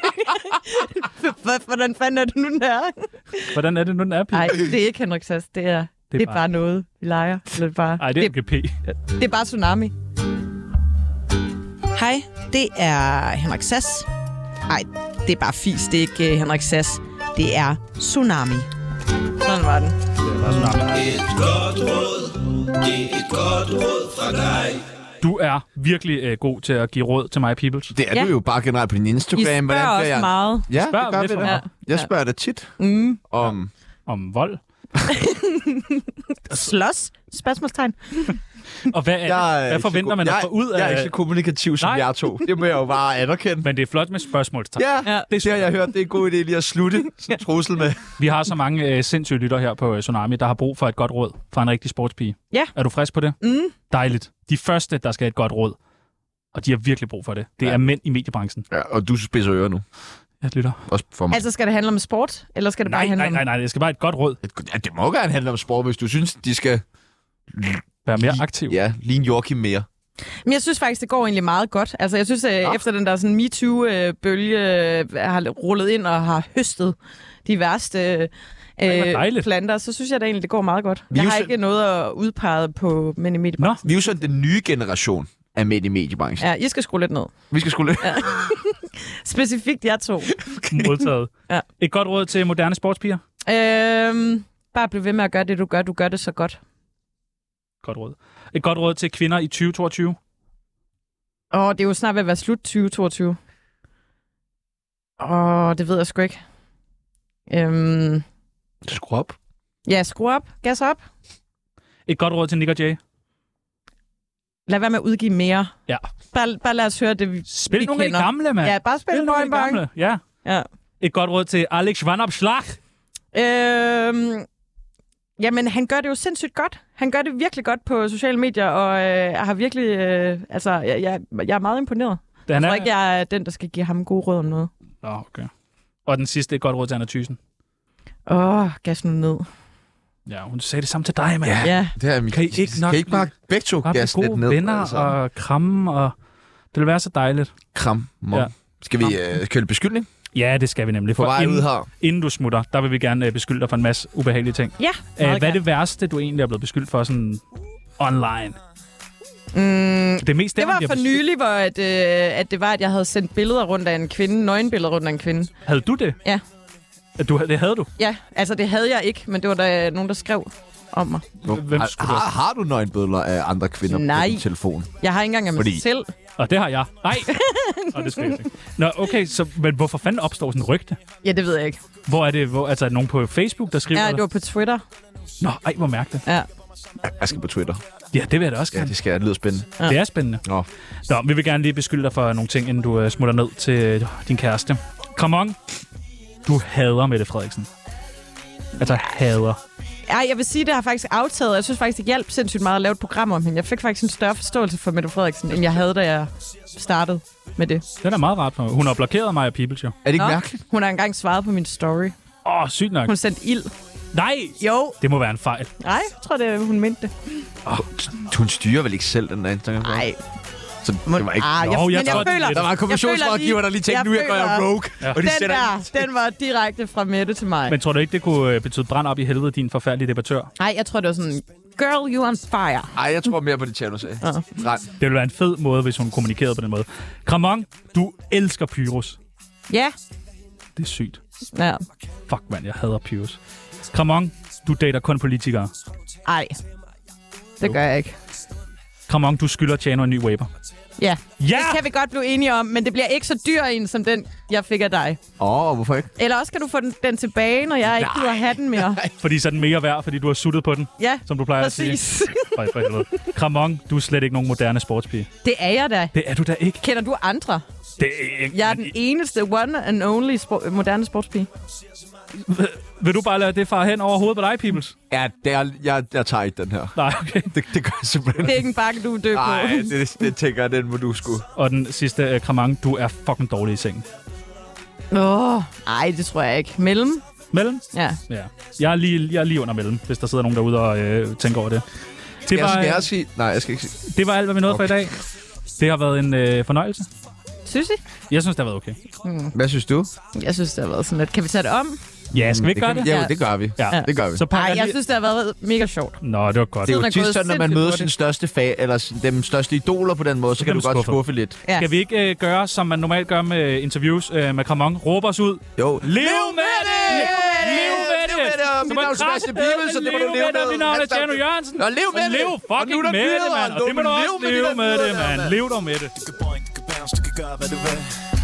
H- Hvordan fanden er det nu, den er? Hvordan er det nu, den er, Pige? Nej, det er ikke Henrik Sass. Det er, det er bare... bare noget, vi leger. Det er bare, Ej, det er M G P. det er bare Tsunami. Hej, det er Henrik Sass. Nej, det er bare fis, det er ikke uh, Henrik Sass. Det er Tsunami. Sådan var den. Et godt råd, det er et godt råd fra dig. Du er virkelig øh, god til at give råd til mig, Peoples. Det er Ja. du jo bare generelt på din I Instagram. spørger Hvordan gør også jeg? meget. Ja, Spørg det gør lidt vi for da. meget. Jeg spørger dig tit Mm. om... Om vold. Slås? Spørgsmålstegn. Og hvad, er, Jeg er hvad ikke forventer så man god- at få ud af... Jeg er ikke så kommunikativ som Nej. jer to. Det må jeg jo bare anerkende. Men det er flot med spørgsmålstegn. Ja, Ja. det, det har jeg hørt. Det er en god idé lige at slutte trussel med. Vi har så mange øh, sindssyge lytter her på øh, Tsunami, der har brug for et godt råd fra en rigtig sportspige. Ja. Er du frisk på det? Mm. Dejligt. De første, der skal have et godt råd, og de har virkelig brug for det, det Ja. er mænd i mediebranchen. Ja, og du spidser ører nu. Jeg lytter. Også for mig. Altså, skal det handle om sport, eller skal det bare Nej, handle nej, om... nej, nej, det skal bare et godt råd. Ja, det må gerne handle om sport, hvis du synes, de skal Være mere aktiv. ja, ligne Joachim mere. Men jeg synes faktisk, det går egentlig meget godt. Altså, jeg synes, at efter den der sådan MeToo-bølge øh, har rullet ind og har høstet de værste Ej, øh, hvor dejligt. planter, så synes jeg da egentlig, det går meget godt. Vi er Jeg jo har så- ikke noget at udpege på mænd i Nå, mediebranchen. Vi er jo sådan den nye generation af mænd i mediebranchen. Ja, I skal skrue lidt ned. Vi skal skulle Ja. Specifikt jer to. modtaget. Ja. Et godt råd til moderne sportspiger? Øhm, bare bliv ved med at gøre det, du gør. Du gør det så godt. Godt råd. Et godt råd til kvinder i tyve toogtyve? Åh, det er jo snart ved at være slut tyve toogtyve. Åh, det ved jeg sgu ikke. Øhm, skru op. ja, skru op. Gas op. Et godt råd til Nick og Jay? Lad være med at udgive mere. Ja. Bare, bare lad os høre det, vi, Spil vi nogle af de kender. gamle, mand. Ja, bare spil, Spil nogle af de Nøgenbank. gamle. Ja. Ja. Et godt råd til Alex Van Opslag? Øhm, jamen, han gør det jo sindssygt godt. Han gør det virkelig godt på sociale medier, og øh, har virkelig... Øh, altså, jeg, jeg, jeg er meget imponeret. Det, Jeg han tror er... ikke, jeg er den, der skal give ham gode råd om noget. Nå, okay. Og den sidste, et godt råd til Anna Thyssen. Åh, oh, gas nu ned. Ja, hun sagde det samme til dig, mand. Ja. Ja. Det er, Kan I ikke nok kan I ikke bare begge to Bare blive gasse lidt gode ned? venner altså? og kramme, og det vil være så dejligt. Kram, mom. Ja. Ja. Skal vi øh, køre beskyldning? Ja, det skal vi nemlig. På For vej inden, ud her. inden du smutter, der vil vi gerne øh, beskylde dig for en masse ubehagelige ting. Ja, Æh, meget hvad er gerne. det værste, du egentlig er blevet beskyldt for sådan online? Mm, Det er mest det der, man var bliver for beskyldt. nylig, hvor at, øh, at det var, at jeg havde sendt billeder rundt af en kvinde, nøgenbilleder rundt af en kvinde. Havde du det? Ja. At Du, det havde du? Ja, altså det havde jeg ikke, men det var der nogen, der skrev om mig. Hvem har, skulle du har, har du nøgenbilleder af andre kvinder Nej. på din telefon? Jeg har ikke engang af mig Fordi- selv. Og det har jeg. Nej! Og det skal jeg ikke. Nå, okay, så, men hvorfor fanden opstår sådan en rygte? Ja, det ved jeg ikke. Hvor er det? Hvor, altså, er der nogen på Facebook, der skriver Ja, det? det var på Twitter. Nå, ej, hvor mærkeligt. Ja. Jeg skal på Twitter. Ja, det vil jeg da også Ja, gerne. det skal det lyder spændende. Ja. Det er spændende. Nå. Nå, vi vil gerne lige beskylde dig for nogle ting, inden du uh, smutter ned til uh, din kæreste. Come on. Du hader Mette Frederiksen. Altså, hader. Ej, jeg vil sige, det har faktisk aftaget. Jeg synes faktisk, det hjalp sindssygt meget at lave et program om hende. Jeg fik faktisk en større forståelse for Mette Frederiksen, end jeg havde, da jeg startede med det. Det er meget rart for mig. Hun har blokeret mig af Peoples, jo. Er det ikke Nå, mærkeligt? Hun har engang svaret på min story. Åh, oh, sygt nok. Hun sendte ild. Nej! Jo. Det må være en fejl. Nej, jeg tror, det hun mente det. Hun styrer vel ikke selv den der Instagram? Nej. Så det var ikke... Ah, jeg, Nå, jeg men jeg tror, det er føler, lidt- Der var en kommunikationsrådgiver, der lige tænkte, nu jeg går jeg rogue. Ja. Og de Den sætter der, den var direkte fra Mette til mig. Men tror du ikke, det kunne øh, betyde brand op i helvede, din forfærdelige debattør? Nej, jeg tror, det var sådan, girl, you on fire. Ej, jeg tror mere på det, Tjerno sagde. Ja. Rand. Det ville være en fed måde, hvis hun kommunikerede på den måde. Kramon, du elsker Pyrus. Ja. Det er sygt. Ja. Fuck, mand, jeg hader Pyrus. Kramon, du dater kun politikere. Ej. Det gør jeg ikke. Kramon, du skylder Tjano en ny Weber. Ja. Ja! Det kan vi godt blive enige om, men det bliver ikke så dyr en, som den, jeg fik af dig. Åh, oh, hvorfor ikke? Eller også kan du få den, den tilbage, når jeg ikke gider have den mere. Fordi så er den mere værd, fordi du har suttet på den, Ja, som du plejer at præcis. sige. Ej, for helvede. Kramon, du er slet ikke nogen moderne sportspige. Det er jeg da. Det er du da ikke. Kender du andre? Det er ikke. Jeg er den eneste one and only spor- moderne sportspige. Vil du bare lade det far hen over hovedet på dig, Peoples? Ja, det er, jeg, jeg tager ikke den her. Nej, okay. Det, det gør jeg simpelthen. Det er ikke en bakke, du er død på. Nej, det, det tænker jeg, den må du sgu. Og den sidste, uh, Kramon, du er fucking dårlig i sengen. Åh, oh, ej, det tror jeg ikke. Mellem? Mellem? Ja. Ja. Jeg er lige, jeg er lige under mellem, hvis der sidder nogen derude og øh, tænker over det. Det Skal, jeg, var, skal jeg øh, sige? Nej, jeg skal ikke sige. det var alt, hvad vi nåede okay. for i dag. Det har været en øh, fornøjelse. Synes I? Jeg synes, det har været okay. Hvad synes du? Jeg synes, det har været sådan lidt. Kan vi tage det om? Ja, skal vi ikke gøre det? Ja, Ja. det gør vi. Ja. Det gør vi. Så pakker Nej, jeg jeg lige... synes, det har været mega sjovt. Nå, det var godt. Det er Tiden jo er tit gået sådan, når man sindssygt møder hurtigt. sine største fag, eller sin- dem største idoler på den måde, så kan bliver du man godt skuffet. skuffe lidt. Ja. Skal vi ikke øh, gøre, som man normalt gør med interviews øh, med Kramon? Råbe os ud. Jo. Lev med det! Lev med det! Lev med det! Og mit Så må navn er Sebastian Bibel, så det må du leve med. Mit navn er Tjerno Jørgensen. Nå, lev med Og det! lev Og nu fucking er der med det, billeder, mand. Og og det må du du lev også med de leve der med det, billeder, mand. mand. Lev dog med det. Du kan boing, du kan bounce, du kan gøre, hvad du vil.